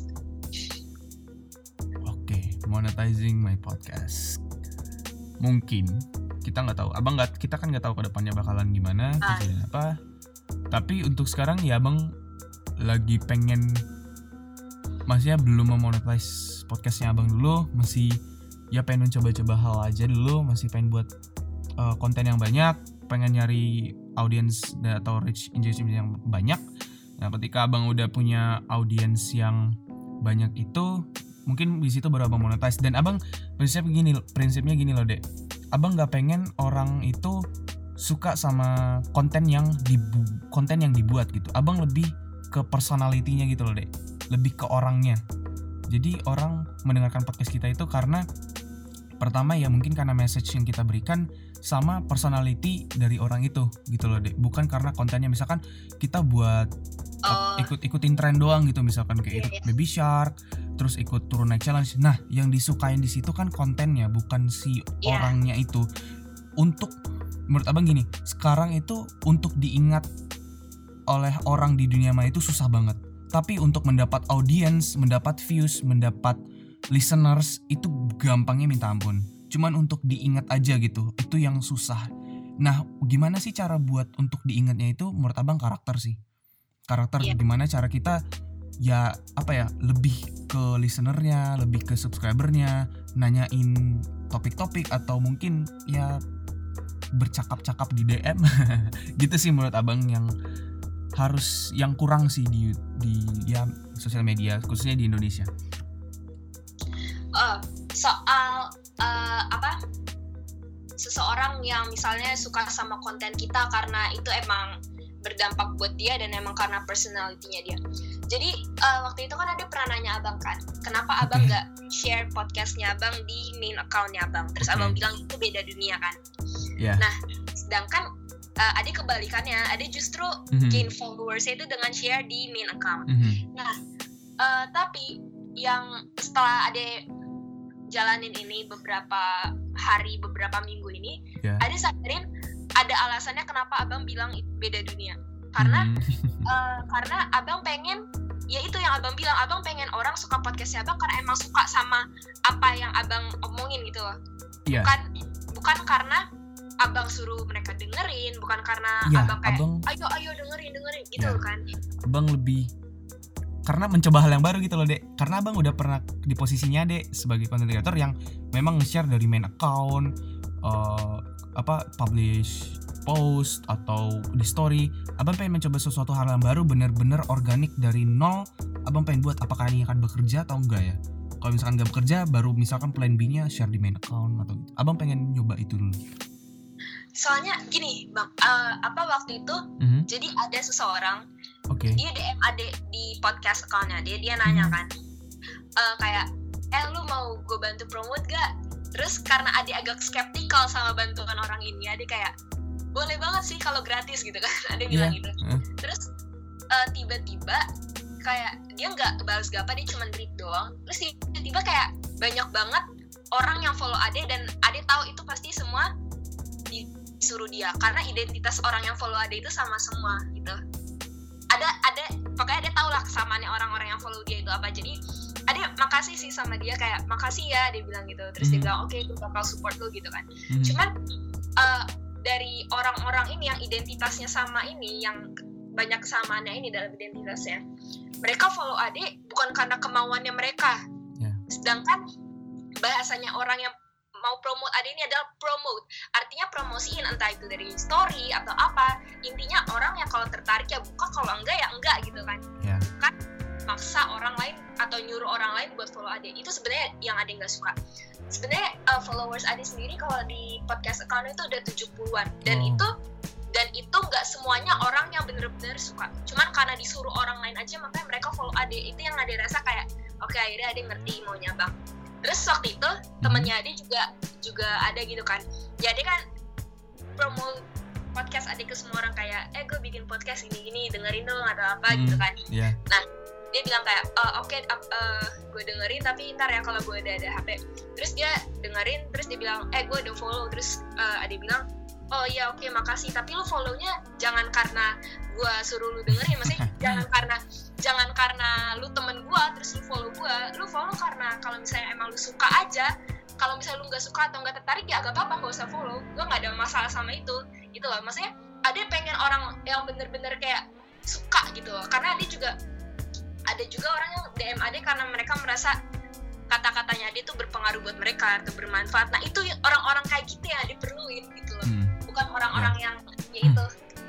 Oke, monetizing my podcast. Mungkin kita nggak tahu. Kita kan nggak tahu kedepannya bakalan gimana, kejadian apa. Tapi untuk sekarang ya abang lagi pengen, maksudnya belum memonetize podcastnya abang dulu, masih ya pengen mencoba-coba hal aja dulu, masih pengen buat konten yang banyak, pengen nyari audience atau reach engagement yang banyak. Nah ketika abang udah punya audience yang banyak itu, mungkin di situ baru abang monetize. Dan abang prinsipnya gini loh Dek, abang nggak pengen orang itu suka sama konten yang dibuat gitu. Abang lebih ke personality-nya gitu loh Dek, lebih ke orangnya. Jadi orang mendengarkan podcast kita itu karena pertama ya mungkin karena message yang kita berikan sama personality dari orang itu gitu loh Dek. Bukan karena kontennya, misalkan kita buat ikutin tren doang gitu, misalkan kayak ikut baby shark, terus ikut turun naik challenge. Nah yang disukain di situ kan kontennya, bukan si orangnya itu. Untuk menurut abang gini, sekarang itu untuk diingat oleh orang di dunia maya itu susah banget. Tapi untuk mendapat audience, mendapat views, mendapat listeners itu gampangnya minta ampun. Cuman untuk diingat aja gitu, itu yang susah. Nah, gimana sih cara buat untuk diingatnya itu? Menurut abang karakter sih. Karakter gimana cara kita ya lebih ke listenernya, lebih ke subscribernya, nanyain topik-topik atau mungkin ya bercakap-cakap di DM. Gitu sih menurut abang yang kurang sih di sosial media, khususnya di Indonesia. Soal seseorang yang misalnya suka sama konten kita karena itu emang berdampak buat dia dan emang karena personality-nya dia. Jadi waktu itu kan ada pernah nanya abang kan, kenapa abang nggak share podcastnya abang di main account-nya abang? Terus abang bilang itu beda dunia kan. Yeah. Nah, sedangkan ada kebalikannya, ada justru gain followersnya itu dengan share di main account. Nah, tapi yang setelah ada jalanin ini beberapa hari, beberapa minggu ini, ada sadarin ada alasannya kenapa abang bilang beda dunia. Karena karena abang pengen, ya itu yang abang bilang, abang pengen orang suka podcastnya abang karena emang suka sama apa yang abang omongin gitu loh. Bukan karena abang suruh mereka dengerin, bukan karena abang kayak ayo dengerin gitu kan. Abang lebih karena mencoba hal yang baru gitu loh, Dek. Karena abang udah pernah di posisinya, Dek, sebagai content creator yang memang nge-share dari main account, publish post atau di story. Abang pengen mencoba sesuatu hal yang baru, bener-bener organik dari nol. Abang pengen buat apakah ini akan bekerja atau enggak ya. Kalau misalkan nggak bekerja, baru misalkan plan B-nya share di main account atau gitu. Abang pengen nyoba itu dulu. Soalnya gini bang, waktu itu jadi ada seseorang, dia DM Ade di podcast account-nya, dia nanya kan, kayak lu mau gue bantu promote gak? Terus karena Ade agak skeptikal sama bantuan orang ini, Ade kayak boleh banget sih kalau gratis gitu kan, Ade bilang gitu. Terus tiba-tiba kayak dia nggak balas apa, dia cuma read doang. Terus tiba-tiba kayak banyak banget orang yang follow Ade, dan Ade tahu itu pasti semua disuruh dia, karena identitas orang yang follow Ade itu sama semua gitu. Ada pokoknya Ade tahu lah kesamaannya orang-orang yang follow dia itu apa. Jadi Ade makasih sih sama dia, kayak makasih ya, dia bilang gitu. Terus dia bilang oke, gue bakal support lo gitu kan. Cuman dari orang-orang ini yang identitasnya sama ini, yang banyak kesamaannya ini dalam identitasnya, mereka follow Ade bukan karena kemauannya mereka. Sedangkan bahasanya orang yang mau promote Ade ini adalah promote, artinya promosiin, entah itu dari story atau apa. Intinya orang yang kalau tertarik ya buka, kalau enggak ya enggak gitu kan. Bukan maksa orang lain atau nyuruh orang lain buat follow Ade. Itu sebenarnya yang Ade nggak suka. Sebenarnya followers Ade sendiri kalau di podcast account itu udah 70-an, dan itu nggak semuanya orang yang bener-bener suka. Cuman karena disuruh orang lain aja makanya mereka follow Ade. Itu yang Ade rasa kayak oke, akhirnya Ade ngerti maunya bang. Terus waktu itu temennya Ade juga ada gitu kan. Jadi kan promo podcast Ade ke semua orang kayak gue bikin podcast ini dengerin dong atau apa gitu kan. Nah dia bilang kayak oke, gue dengerin tapi ntar ya kalau gue udah ada HP. Terus dia dengerin, terus dia bilang gue udah follow. Terus Ade bilang oh iya oke, makasih, tapi lu follow-nya jangan karena gue suruh lu dengerin, maksudnya jangan karena lu temen gue terus lu follow karena kalau misalnya emang lu suka aja. Kalau misalnya lu nggak suka atau nggak tertarik ya agak apa-apa, nggak usah follow, gue nggak ada masalah sama itu gitu loh. Maksudnya Ade pengen orang yang bener-bener kayak suka gitu loh, karena ada juga orang yang DM Ade karena mereka merasa kata-katanya Ade tuh berpengaruh buat mereka atau bermanfaat. Nah itu orang-orang kayak gitu yang Ade perluin gitu loh, bukan orang-orang yang ya itu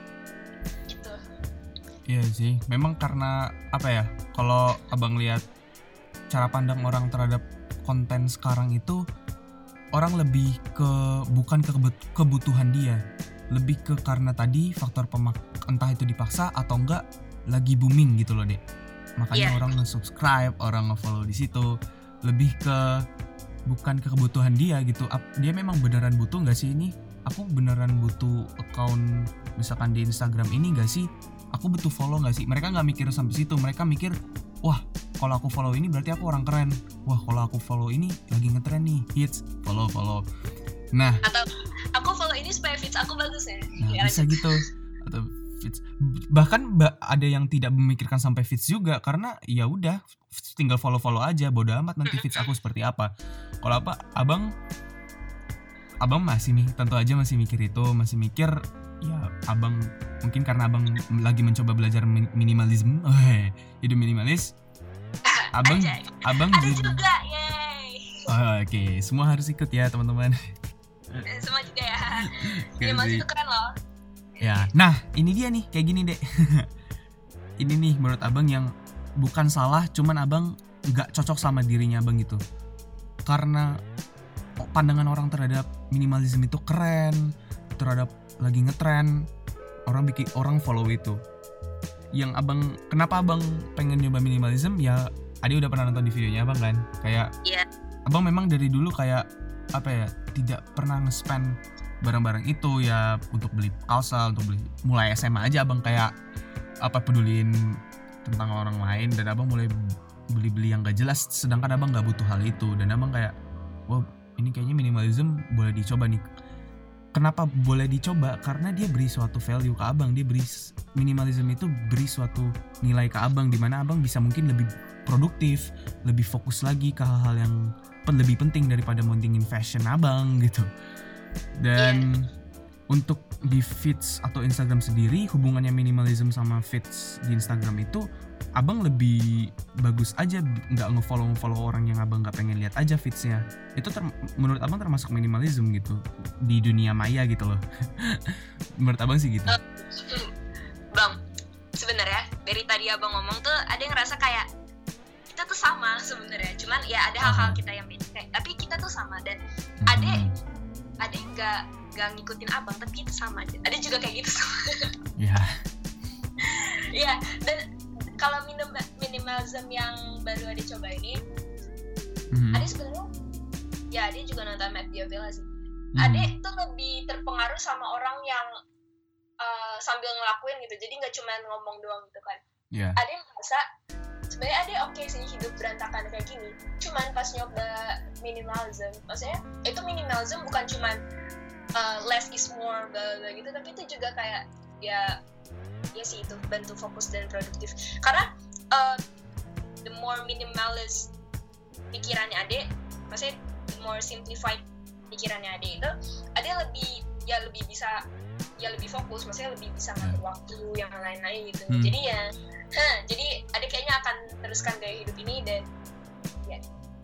gitu. Iya sih, memang karena apa ya, kalau abang lihat cara pandang orang terhadap konten sekarang itu, orang lebih ke bukan ke kebutuhan dia, lebih ke karena tadi faktor entah itu dipaksa atau enggak lagi booming gitu loh, Dek. Makanya orang nge-subscribe, orang nge-follow di situ, lebih ke bukan ke kebutuhan dia gitu. Dia memang beneran butuh nggak sih ini? Aku beneran butuh account misalkan di Instagram ini nggak sih? Aku butuh follow nggak sih? Mereka nggak mikir sampai situ. Mereka mikir, wah kalau aku follow ini berarti aku orang keren. Wah kalau aku follow ini lagi ngetren nih, hits, follow. Nah, atau aku follow ini supaya feeds aku bagus ya. Nah, bisa gitu. Atau feeds. Bahkan ada yang tidak memikirkan sampai feeds juga, karena ya udah tinggal follow aja, bodo amat nanti feeds aku seperti apa. Kalau abang masih nih, tentu aja masih mikir itu, masih mikir ya abang mungkin karena abang lagi mencoba belajar minimalisme, hidup minimalis. Abang ada juga, yay. Oke, semua harus ikut ya teman-teman. Semua juga ya. Minimalisme itu keren loh. Ya, nah ini dia nih kayak gini deh. Ini nih menurut abang yang bukan salah, cuman abang nggak cocok sama dirinya abang gitu. Karena pandangan orang terhadap minimalisme itu keren, terhadap lagi ngetren, orang follow itu. Yang kenapa abang pengen nyoba minimalisme ya? Adi udah pernah nonton di videonya abang kan, kayak abang memang dari dulu kayak apa ya, tidak pernah nge-spend barang-barang itu ya, untuk beli kalsa, untuk beli mulai SMA aja abang kayak peduliin tentang orang lain, dan abang mulai beli-beli yang gak jelas, sedangkan abang gak butuh hal itu. Dan abang kayak, wah ini kayaknya minimalism boleh dicoba nih. Kenapa boleh dicoba? Karena dia beri suatu value ke abang, minimalism itu beri suatu nilai ke abang, dimana abang bisa mungkin lebih produktif, lebih fokus lagi ke hal-hal yang lebih penting daripada mentingin fashion abang gitu. Dan untuk di feeds atau Instagram sendiri, hubungannya minimalism sama feeds di Instagram itu, abang lebih bagus aja nggak nge-follow orang yang abang nggak pengen lihat aja feedsnya. Itu menurut abang termasuk minimalism gitu di dunia maya gitu loh. Menurut abang sih gitu. Bang, sebenarnya dari tadi abang ngomong tuh ada yang ngerasa kayak kita tuh sama sebenarnya, cuman ya ada hal-hal kita yang beda, tapi kita tuh sama. Dan ada yang nggak ngikutin abang, tapi kita sama aja. Ada juga kayak gitu sama. Iya. Dan kalau minimalism yang baru ada coba ini, ada sebenarnya ya dia juga nonton Matt D'Avella sih. Ada tuh lebih terpengaruh sama orang yang sambil ngelakuin gitu, jadi nggak cuma ngomong doang gitu kan. Ada yang merasa sebenarnya ada oke sih hidup berantakan kayak gini, cuman pas nyoba minimalism, maksudnya itu minimalism bukan cuman less is more bla gitu, tapi itu juga kayak ya sih itu bantu fokus dan produktif. Karena the more minimalist pikirannya Ade, maksudnya the more simplified pikirannya Ade itu, Ade lebih bisa lebih fokus, maksudnya lebih bisa ngatur waktu yang lain-lain gitu. Jadi jadi Ade kayaknya akan teruskan gaya hidup ini. Dan ya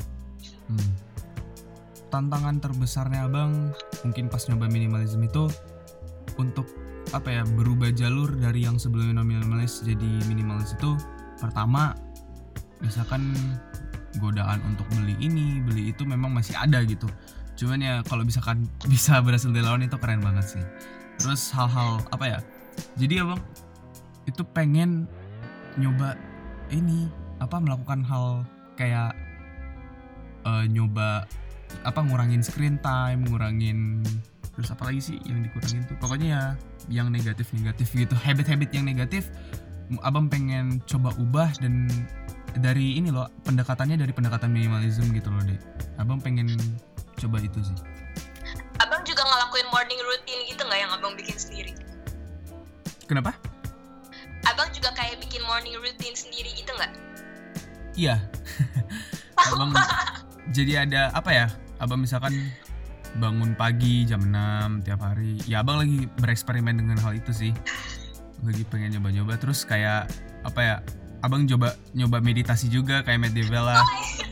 tantangan terbesarnya abang mungkin pas nyoba minimalism itu untuk berubah jalur dari yang sebelumnya minimalis jadi minimalis itu, pertama misalkan godaan untuk beli ini beli itu memang masih ada gitu, cuman ya kalau misalkan bisa berhasil dilawan itu keren banget sih. Terus hal-hal jadi abang itu pengen nyoba ini melakukan hal kayak nyoba ngurangin screen time, terus apa lagi sih yang dikurangin tuh, pokoknya ya yang negatif gitu, habit-habit yang negatif abang pengen coba ubah. Dan dari ini loh, pendekatan minimalism gitu loh deh, abang pengen coba itu sih. Abang juga ngelakuin morning routine gitu nggak yang abang bikin sendiri? Kenapa? Abang juga kayak bikin morning routine sendiri gitu nggak? Iya. Abang jadi ada abang misalkan bangun pagi jam 6 tiap hari. Ya abang lagi bereksperimen dengan hal itu sih. Lagi pengen nyoba-nyoba. Terus kayak abang nyoba meditasi juga kayak Matt D'Avella.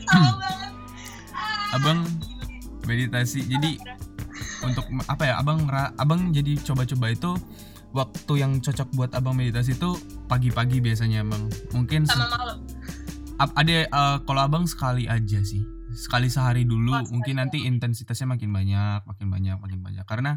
Abang meditasi. Jadi untuk abang jadi coba-coba itu, waktu yang cocok buat abang meditasi itu pagi-pagi biasanya abang. Mungkin sama malam. Kalau abang sekali aja sih. Sekali sehari dulu, mungkin nanti intensitasnya makin banyak. Karena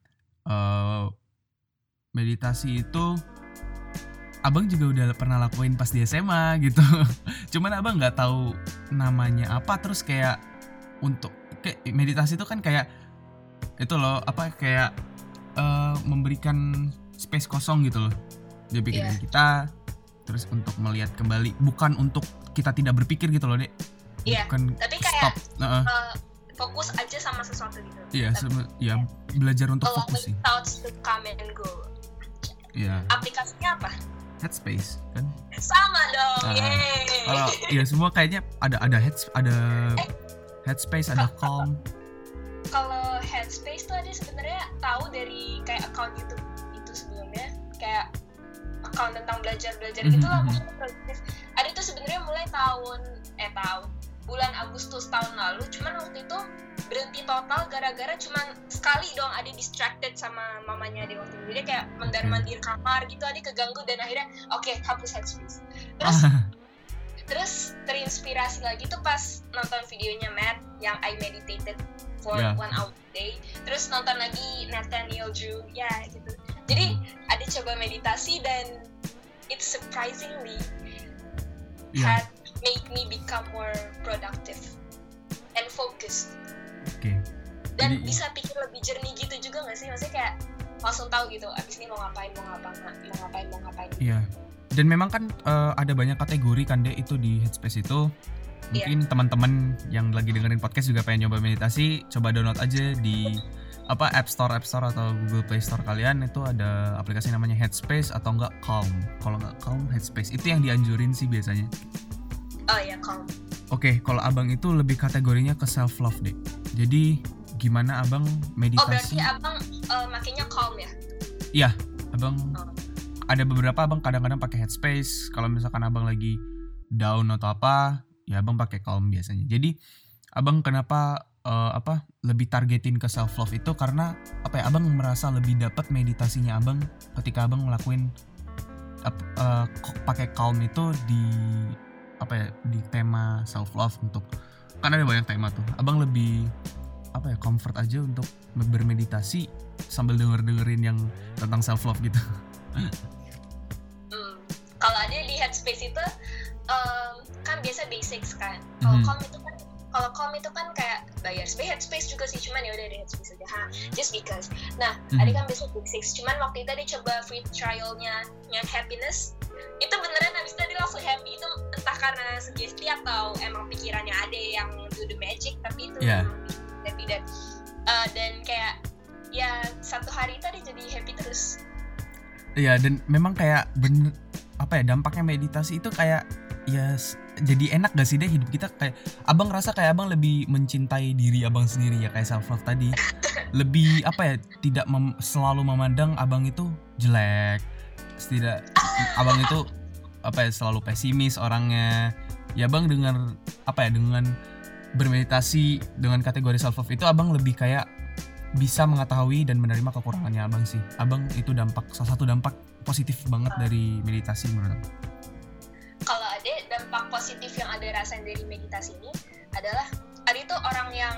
meditasi itu abang juga udah pernah lakuin pas di SMA gitu. Cuman abang nggak tahu namanya apa. Terus kayak untuk meditasi itu kan kayak itu loh, memberikan space kosong gitu loh di pikiran kita. Terus untuk melihat kembali, bukan untuk kita tidak berpikir gitu loh dek. Iya, tapi kayak fokus aja sama sesuatu gitu. Iya, belajar untuk fokus sih. Thoughts to come and go. Iya. Aplikasinya apa? Headspace kan? Sama dong, yeay. Kalau ya semua kayaknya ada Headspace, ada Calm. Kalau Headspace tuh ada sebenarnya tahu dari kayak account YouTube itu sebelumnya, kayak account tentang belajar gitu lah, maksudnya produktif. Ada tuh sebenarnya mulai bulan Agustus tahun lalu, cuman waktu itu berhenti total gara-gara cuman sekali doang ada distracted sama mamanya dia waktu itu. Dia kayak mondar-mandir kamar gitu, ada keganggu dan akhirnya hapus Headspace. Terus terinspirasi lagi tuh pas nonton videonya Matt yang I meditated for 1 hour a day. Terus nonton lagi Nathaniel Drew gitu. Jadi ada coba meditasi dan it surprisingly had made me become more productive and focused. Okay. Dan jadi bisa pikir lebih jernih gitu juga nggak sih, maksudnya kayak langsung tahu gitu abis ini mau ngapain. Iya. Dan memang kan ada banyak kategori kan deh itu di Headspace itu. Mungkin teman-teman yang lagi dengerin podcast juga pengen nyoba meditasi, coba download aja di App Store atau Google Play Store kalian. Itu ada aplikasi namanya Headspace atau enggak Calm. Kalau enggak Calm, Headspace itu yang dianjurin sih biasanya. Oh ya, Calm. Oke, kalau abang itu lebih kategorinya ke self love deh. Jadi gimana abang meditasi? Oh berarti abang makanya Calm ya? Iya, abang ada beberapa abang kadang-kadang pakai Headspace. Kalau misalkan abang lagi down atau apa, ya abang pakai Calm biasanya. Jadi abang kenapa lebih targetin ke self love itu karena abang merasa lebih dapat meditasinya abang ketika abang ngelakuin pakai Calm itu di di tema self love. Untuk kan ada banyak tema tuh, abang lebih comfort aja untuk bermeditasi sambil dengerin yang tentang self love gitu. Kalau ada di Headspace itu kan biasa basics kan. Kalau Calm itu kan kayak bayar. Sebenarnya Headspace juga sih, cuman ya udah di Headspace aja. Just because. Nah, ada kan biasa basics. Cuman waktu itu dia coba free trialnya yang happiness. Itu beneran habis itu dia langsung happy. Itu entah karena sugesti atau emang pikirannya ada yang do the magic, tapi itu happy dan kayak ya satu hari itu dia jadi happy terus. Iya, dan memang kayak bener dampaknya meditasi itu kayak ya jadi enak gak sih deh hidup kita. Kayak abang ngerasa kayak abang lebih mencintai diri abang sendiri ya, kayak self love tadi. Lebih tidak selalu memandang abang itu jelek. Tidak abang itu selalu pesimis orangnya. Ya abang dengan dengan bermeditasi dengan kategori self love itu abang lebih kayak bisa mengetahui dan menerima kekurangannya abang sih. Abang itu salah satu dampak positif banget dari meditasi menurut aku. Kalau ada dampak positif yang ada rasain dari meditasi ini adalah ada itu orang yang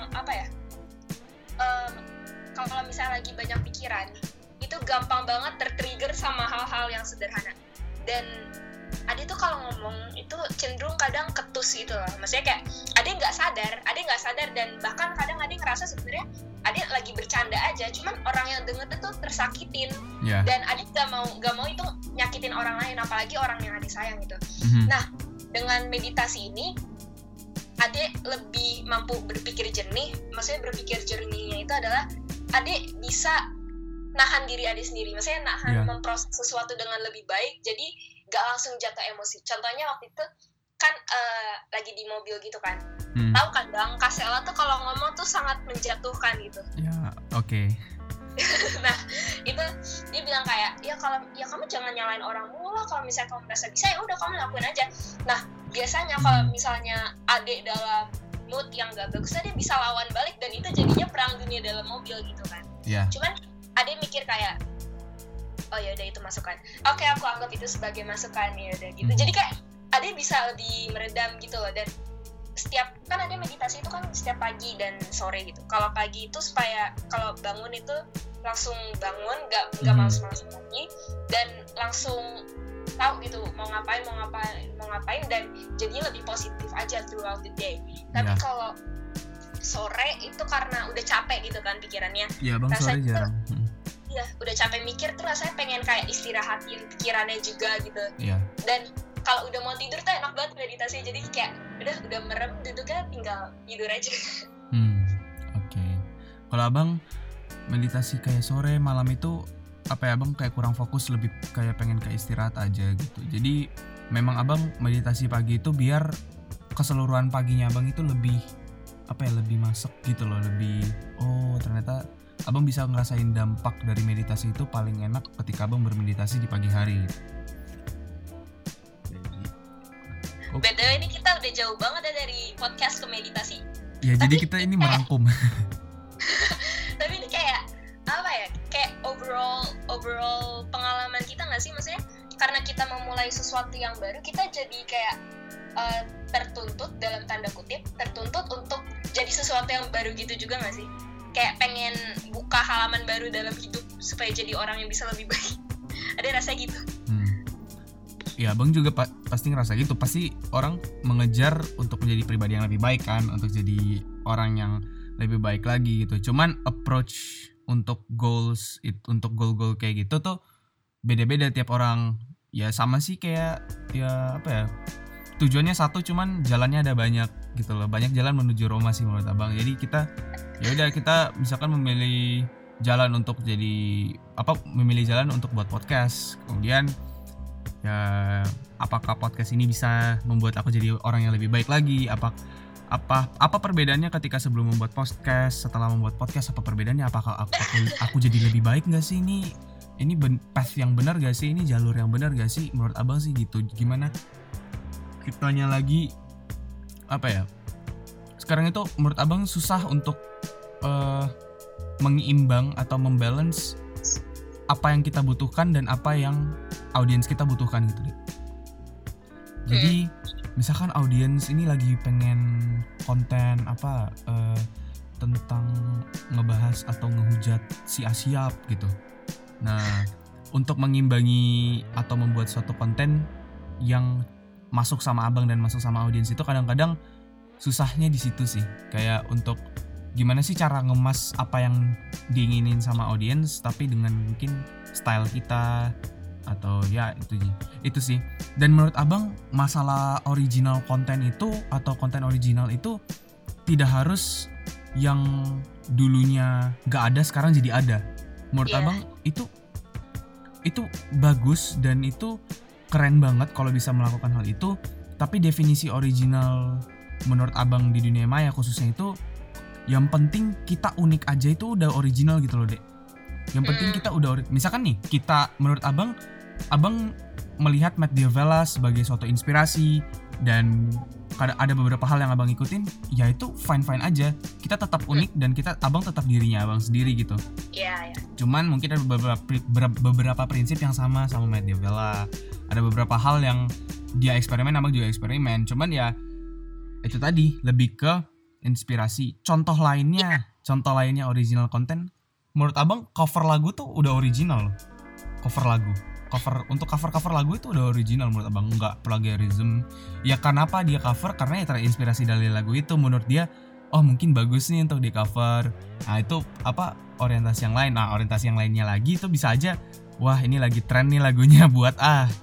kalau misalnya lagi banyak pikiran itu gampang banget tertrigger sama hal-hal yang sederhana. Dan Ade tuh kalau ngomong itu cenderung kadang ketus gitu loh. Maksudnya kayak Ade nggak sadar dan bahkan kadang Ade ngerasa sebenarnya Ade lagi bercanda aja, cuman orang yang denger itu tersakitin. Dan Ade nggak mau itu nyakitin orang lain, apalagi orang yang Ade sayang gitu. Nah, dengan meditasi ini Ade lebih mampu berpikir jernih. Maksudnya berpikir jernihnya itu adalah Ade bisa nahan diri Ade sendiri. Maksudnya nahan memproses sesuatu dengan lebih baik. Jadi gak langsung jatuh emosi. Contohnya waktu itu kan lagi di mobil gitu kan. Tahu kan Bang, Kasela tuh kalau ngomong tuh sangat menjatuhkan gitu. Ya, oke. Nah, itu dia bilang kayak, ya kamu jangan nyalain orang mulu lah. Kalau misalnya kamu merasa bisa, ya udah kamu lakuin aja. Nah, biasanya kalau misalnya Ade dalam mood yang gak bagus, dia bisa lawan balik dan itu jadinya perang dunia dalam mobil gitu kan. Cuman Ade mikir kayak, oh ya udah itu masukan. Oke, aku anggap itu sebagai masukan, ya udah gitu. Jadi kayak Ade bisa lebih meredam gitu loh. Dan setiap kan Ade meditasi itu kan setiap pagi dan sore gitu. Kalau pagi itu supaya kalau bangun itu langsung bangun, nggak malas-malasan lagi dan langsung tahu gitu mau ngapain dan jadinya lebih positif aja throughout the day. Tapi kalau sore itu karena udah capek gitu kan pikirannya. Iya, Bang, sore jarang. Iya, udah capek mikir tuh rasanya pengen kayak istirahatin pikirannya juga gitu. Iya. Dan kalau udah mau tidur tuh enak banget meditasi, jadi kayak udah merem duduknya tinggal tidur aja. Oke. Kalau abang meditasi kayak sore malam itu abang kayak kurang fokus, lebih kayak pengen kayak istirahat aja gitu. Jadi memang abang meditasi pagi itu biar keseluruhan paginya abang itu lebih lebih masuk gitu loh, lebih ternyata abang bisa ngerasain dampak dari meditasi itu paling enak ketika abang bermeditasi di pagi hari. BTW ini kita udah jauh banget ya dari podcast ke meditasi. Ya, jadi kita ini merangkum. Tapi ini kayak kayak overall pengalaman kita nggak sih? Maksudnya karena kita memulai sesuatu yang baru, kita jadi kayak tertuntut dalam tanda kutip untuk jadi sesuatu yang baru gitu juga nggak sih? Kayak pengen buka halaman baru dalam hidup supaya jadi orang yang bisa lebih baik. Ada rasa gitu. Ya, abang juga pasti ngerasa gitu. Pasti orang mengejar untuk menjadi pribadi yang lebih baik kan, untuk jadi orang yang lebih baik lagi gitu. Cuman approach untuk goal kayak gitu tuh beda-beda tiap orang. Ya sama sih kayak ya apa ya, tujuannya satu cuman jalannya ada banyak gitu loh. Banyak jalan menuju Roma sih menurut abang. Jadi kita misalkan memilih jalan untuk buat podcast. Kemudian ya apakah podcast ini bisa membuat aku jadi orang yang lebih baik lagi? Apa perbedaannya ketika sebelum membuat podcast, setelah membuat podcast apa perbedaannya? Apakah aku jadi lebih baik nggak sih ini path yang benar gak sih, ini jalur yang benar gak sih menurut abang sih gitu. Gimana kitanya lagi apa ya, sekarang itu menurut abang susah untuk menyeimbang atau membalance apa yang kita butuhkan dan apa yang audiens kita butuhkan gitu deh. Jadi misalkan audiens ini lagi pengen konten tentang ngebahas atau ngehujat si Asyap gitu. Nah, untuk mengimbangi atau membuat suatu konten yang masuk sama abang dan masuk sama audiens itu kadang-kadang susahnya di situ sih. Kayak untuk gimana sih cara ngemas apa yang diinginin sama audiens tapi dengan mungkin style kita atau ya itu sih. Dan menurut abang masalah original konten itu atau konten original itu tidak harus yang dulunya gak ada sekarang jadi ada. Menurut abang itu bagus dan itu keren banget kalau bisa melakukan hal itu. Tapi definisi original menurut abang di dunia maya khususnya itu yang penting kita unik aja itu udah original gitu loh, Dek. Yang penting kita udah misalkan nih kita menurut abang melihat Matt D'Avella sebagai suatu inspirasi dan ada beberapa hal yang abang ikutin, ya itu fine aja. Kita tetap unik dan abang tetap dirinya abang sendiri gitu. Iya. Cuman mungkin ada beberapa prinsip yang sama Matt D'Avella. Ada beberapa hal yang dia eksperimen, abang juga eksperimen. Cuman ya itu tadi lebih ke inspirasi. Contoh lainnya original content. Menurut abang cover lagu tuh udah original loh. Untuk cover lagu itu udah original menurut abang, nggak plagiarism. Ya kenapa dia cover? Karena ya terinspirasi dari lagu itu. Menurut dia, oh mungkin bagus nih untuk di cover. Nah itu orientasi yang lain. Nah orientasi yang lainnya lagi itu bisa aja, wah ini lagi tren nih lagunya buat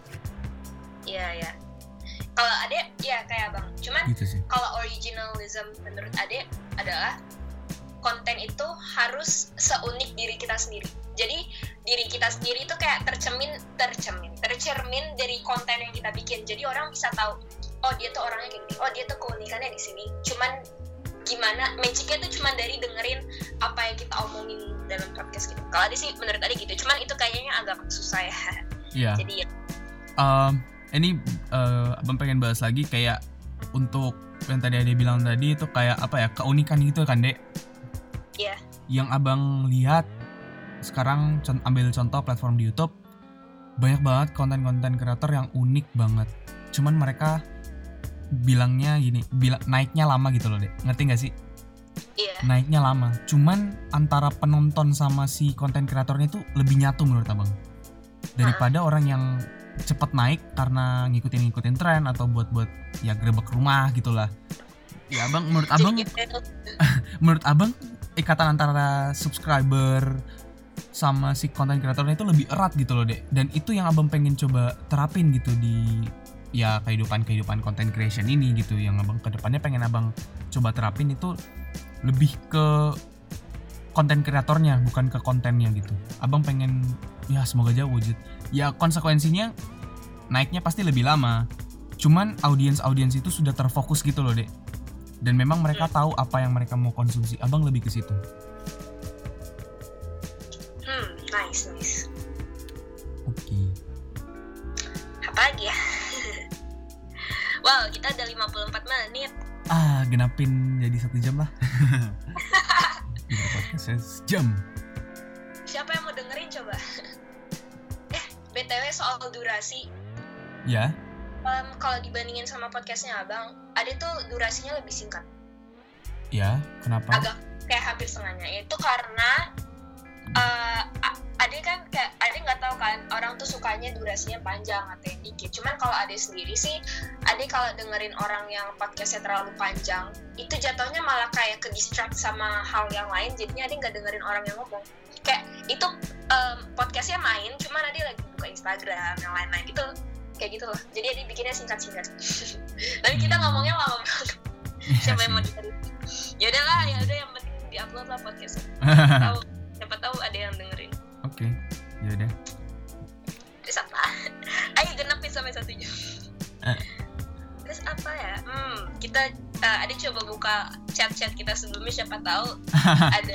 Iya. Kalau Ade ya kayak abang. Cuman gitu kalau originalism menurut Ade adalah konten itu harus seunik diri kita sendiri. Jadi diri kita sendiri itu kayak tercermin dari konten yang kita bikin. Jadi orang bisa tahu, oh dia tuh orangnya kayak gini, oh dia tuh keunikannya di sini. Cuman gimana magicnya tuh cuman dari dengerin apa yang kita omongin dalam podcast gitu. Kalau Ade sih menurut Ade gitu. Cuman itu kayaknya agak susah ya. Iya. Jadi ini abang pengen bahas lagi kayak untuk yang tadi Ade bilang tadi itu kayak apa ya, keunikan gitu kan, Dek? Iya. Yang abang lihat sekarang, ambil contoh platform di YouTube, banyak banget konten-konten kreator yang unik banget. Cuman mereka bilangnya gini, naiknya lama gitu loh, Dek. Ngerti gak sih? Iya. Naiknya lama. Cuman antara penonton sama si konten kreatornya itu lebih nyatu menurut abang. Daripada orang yang cepet naik karena ngikutin tren atau buat ya grebek rumah gitulah. Ya abang, menurut abang ikatan antara subscriber sama si konten kreatornya itu lebih erat gitu loh, Dek. Dan itu yang abang pengen coba terapin gitu di ya kehidupan content creation ini gitu. Yang abang kedepannya pengen abang coba terapin itu lebih ke konten kreatornya, bukan ke kontennya gitu. Abang pengen ya semoga aja wujud. Ya konsekuensinya naiknya pasti lebih lama. Cuman audiens itu sudah terfokus gitu loh, Dek. Dan memang mereka tahu apa yang mereka mau konsumsi. Abang lebih ke situ. Nice. Oke. Apa lagi ya? Wow, kita udah 54 menit. Genapin jadi 1 jam lah. Podcastnya sejam. Siapa yang mau dengerin coba? BTW soal durasi. Ya. Kalau dibandingin sama podcastnya abang, Ade tuh durasinya lebih singkat. Ya, kenapa? Agak kayak hampir setengahnya. Itu karena Ade kan kayak Ade nggak tahu kan orang tuh sukanya durasinya panjang atau yang dikit. Cuman kalau Ade sendiri sih, Ade kalau dengerin orang yang podcastnya terlalu panjang, itu jatuhnya malah kayak ke distract sama hal yang lain. Jadinya Ade nggak dengerin orang yang ngomong. kayak itu podcastnya main, cuman Ade lagi buka Instagram yang lain-lain gitu, kayak gitu loh. Jadi Ade bikinnya singkat-singkat. Tapi kita ngomongnya lama banget. Siapa yang mau dengerin? Ya udahlah, ya udah yang penting diupload lah podcastnya. Siapa tahu ada yang dengerin. Oke, ya udah. Terus apa? Ayo genapin sampai 1 jam. Terus apa ya? Kita ada coba buka chat-chat kita sebelumnya, siapa tahu ada.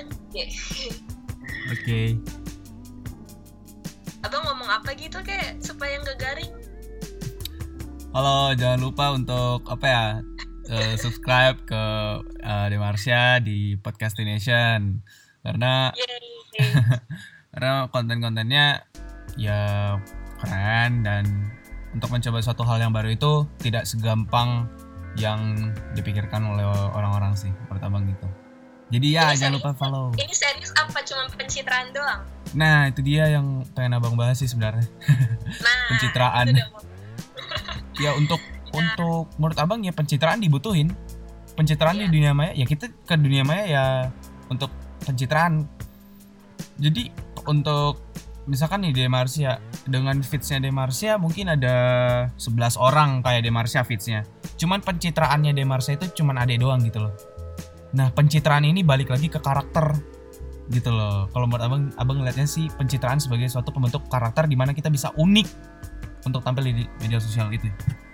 Oke. Abang ngomong apa gitu kayak supaya nggak garing? Halo, jangan lupa untuk subscribe ke Demarsya di Podcastination karena karena konten-kontennya ya keren, dan untuk mencoba suatu hal yang baru itu tidak segampang yang dipikirkan oleh orang-orang sih, menurut abang gitu. Jadi ya Ini jangan lupa follow. Ini serius apa cuma pencitraan doang? Nah itu dia yang pengen abang bahas sih sebenarnya. Pencitraan. Ya untuk menurut abang ya pencitraan dibutuhin. Pencitraan di dunia maya, ya kita ke dunia maya ya untuk pencitraan. Jadi untuk misalkan nih Demarsya, dengan feeds-nya Demarsya mungkin ada 11 orang kayak Demarsya feeds-nya. Cuman pencitraannya Demarsya itu cuman ada doang gitu loh. Nah, pencitraan ini balik lagi ke karakter gitu loh. Kalau menurut abang ngeliatnya sih pencitraan sebagai suatu pembentuk karakter di mana kita bisa unik untuk tampil di media sosial itu.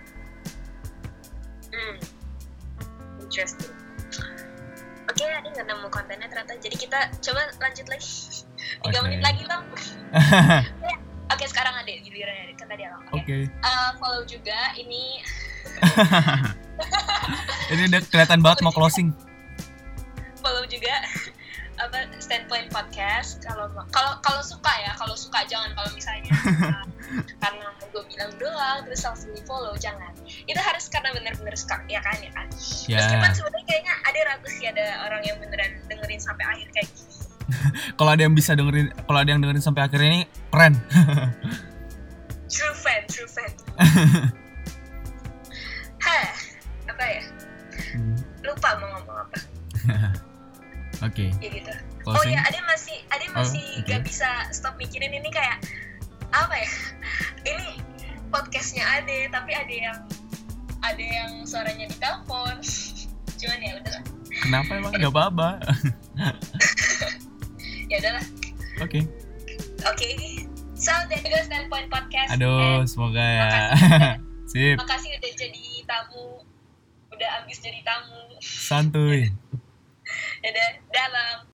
Interesting. Oke, Ade nggak nemu kontennya ternyata. Jadi kita coba lanjut lagi. 3 menit lagi dong. Oke, sekarang Ade giliran Ade, kan tadi Abang. Oke. Follow juga ini. Ini udah kelihatan banget mau closing. Follow juga Standpoint Podcast. Kalau suka jangan kalau misalnya karena gue bilang doang terus langsung di follow, jangan. Itu harus karena benar-benar suka ya kan. Yeah. Meskipun sebenarnya kayaknya ada ragu sih, ada orang yang beneran dengerin sampai akhir kayak gini. Kalau ada yang dengerin sampai akhir ini keren. True fan. Apa ya? Lupa mau ngomong apa. Oke. Ya gitu. Closing. Oh ya, Ade masih gak bisa stop mikirin ini kayak apa ya? Ini podcastnya Ade, tapi ada yang suaranya di telepon. Cuman ya udahlah. Kenapa emang? Gak apa-apa. Ya udahlah. Oke. So, that goes Standpoint Podcast. Aduh, semoga ya. Sip. Makasih udah jadi tamu. Udah abis jadi tamu. Santuy. Dadah, dalam.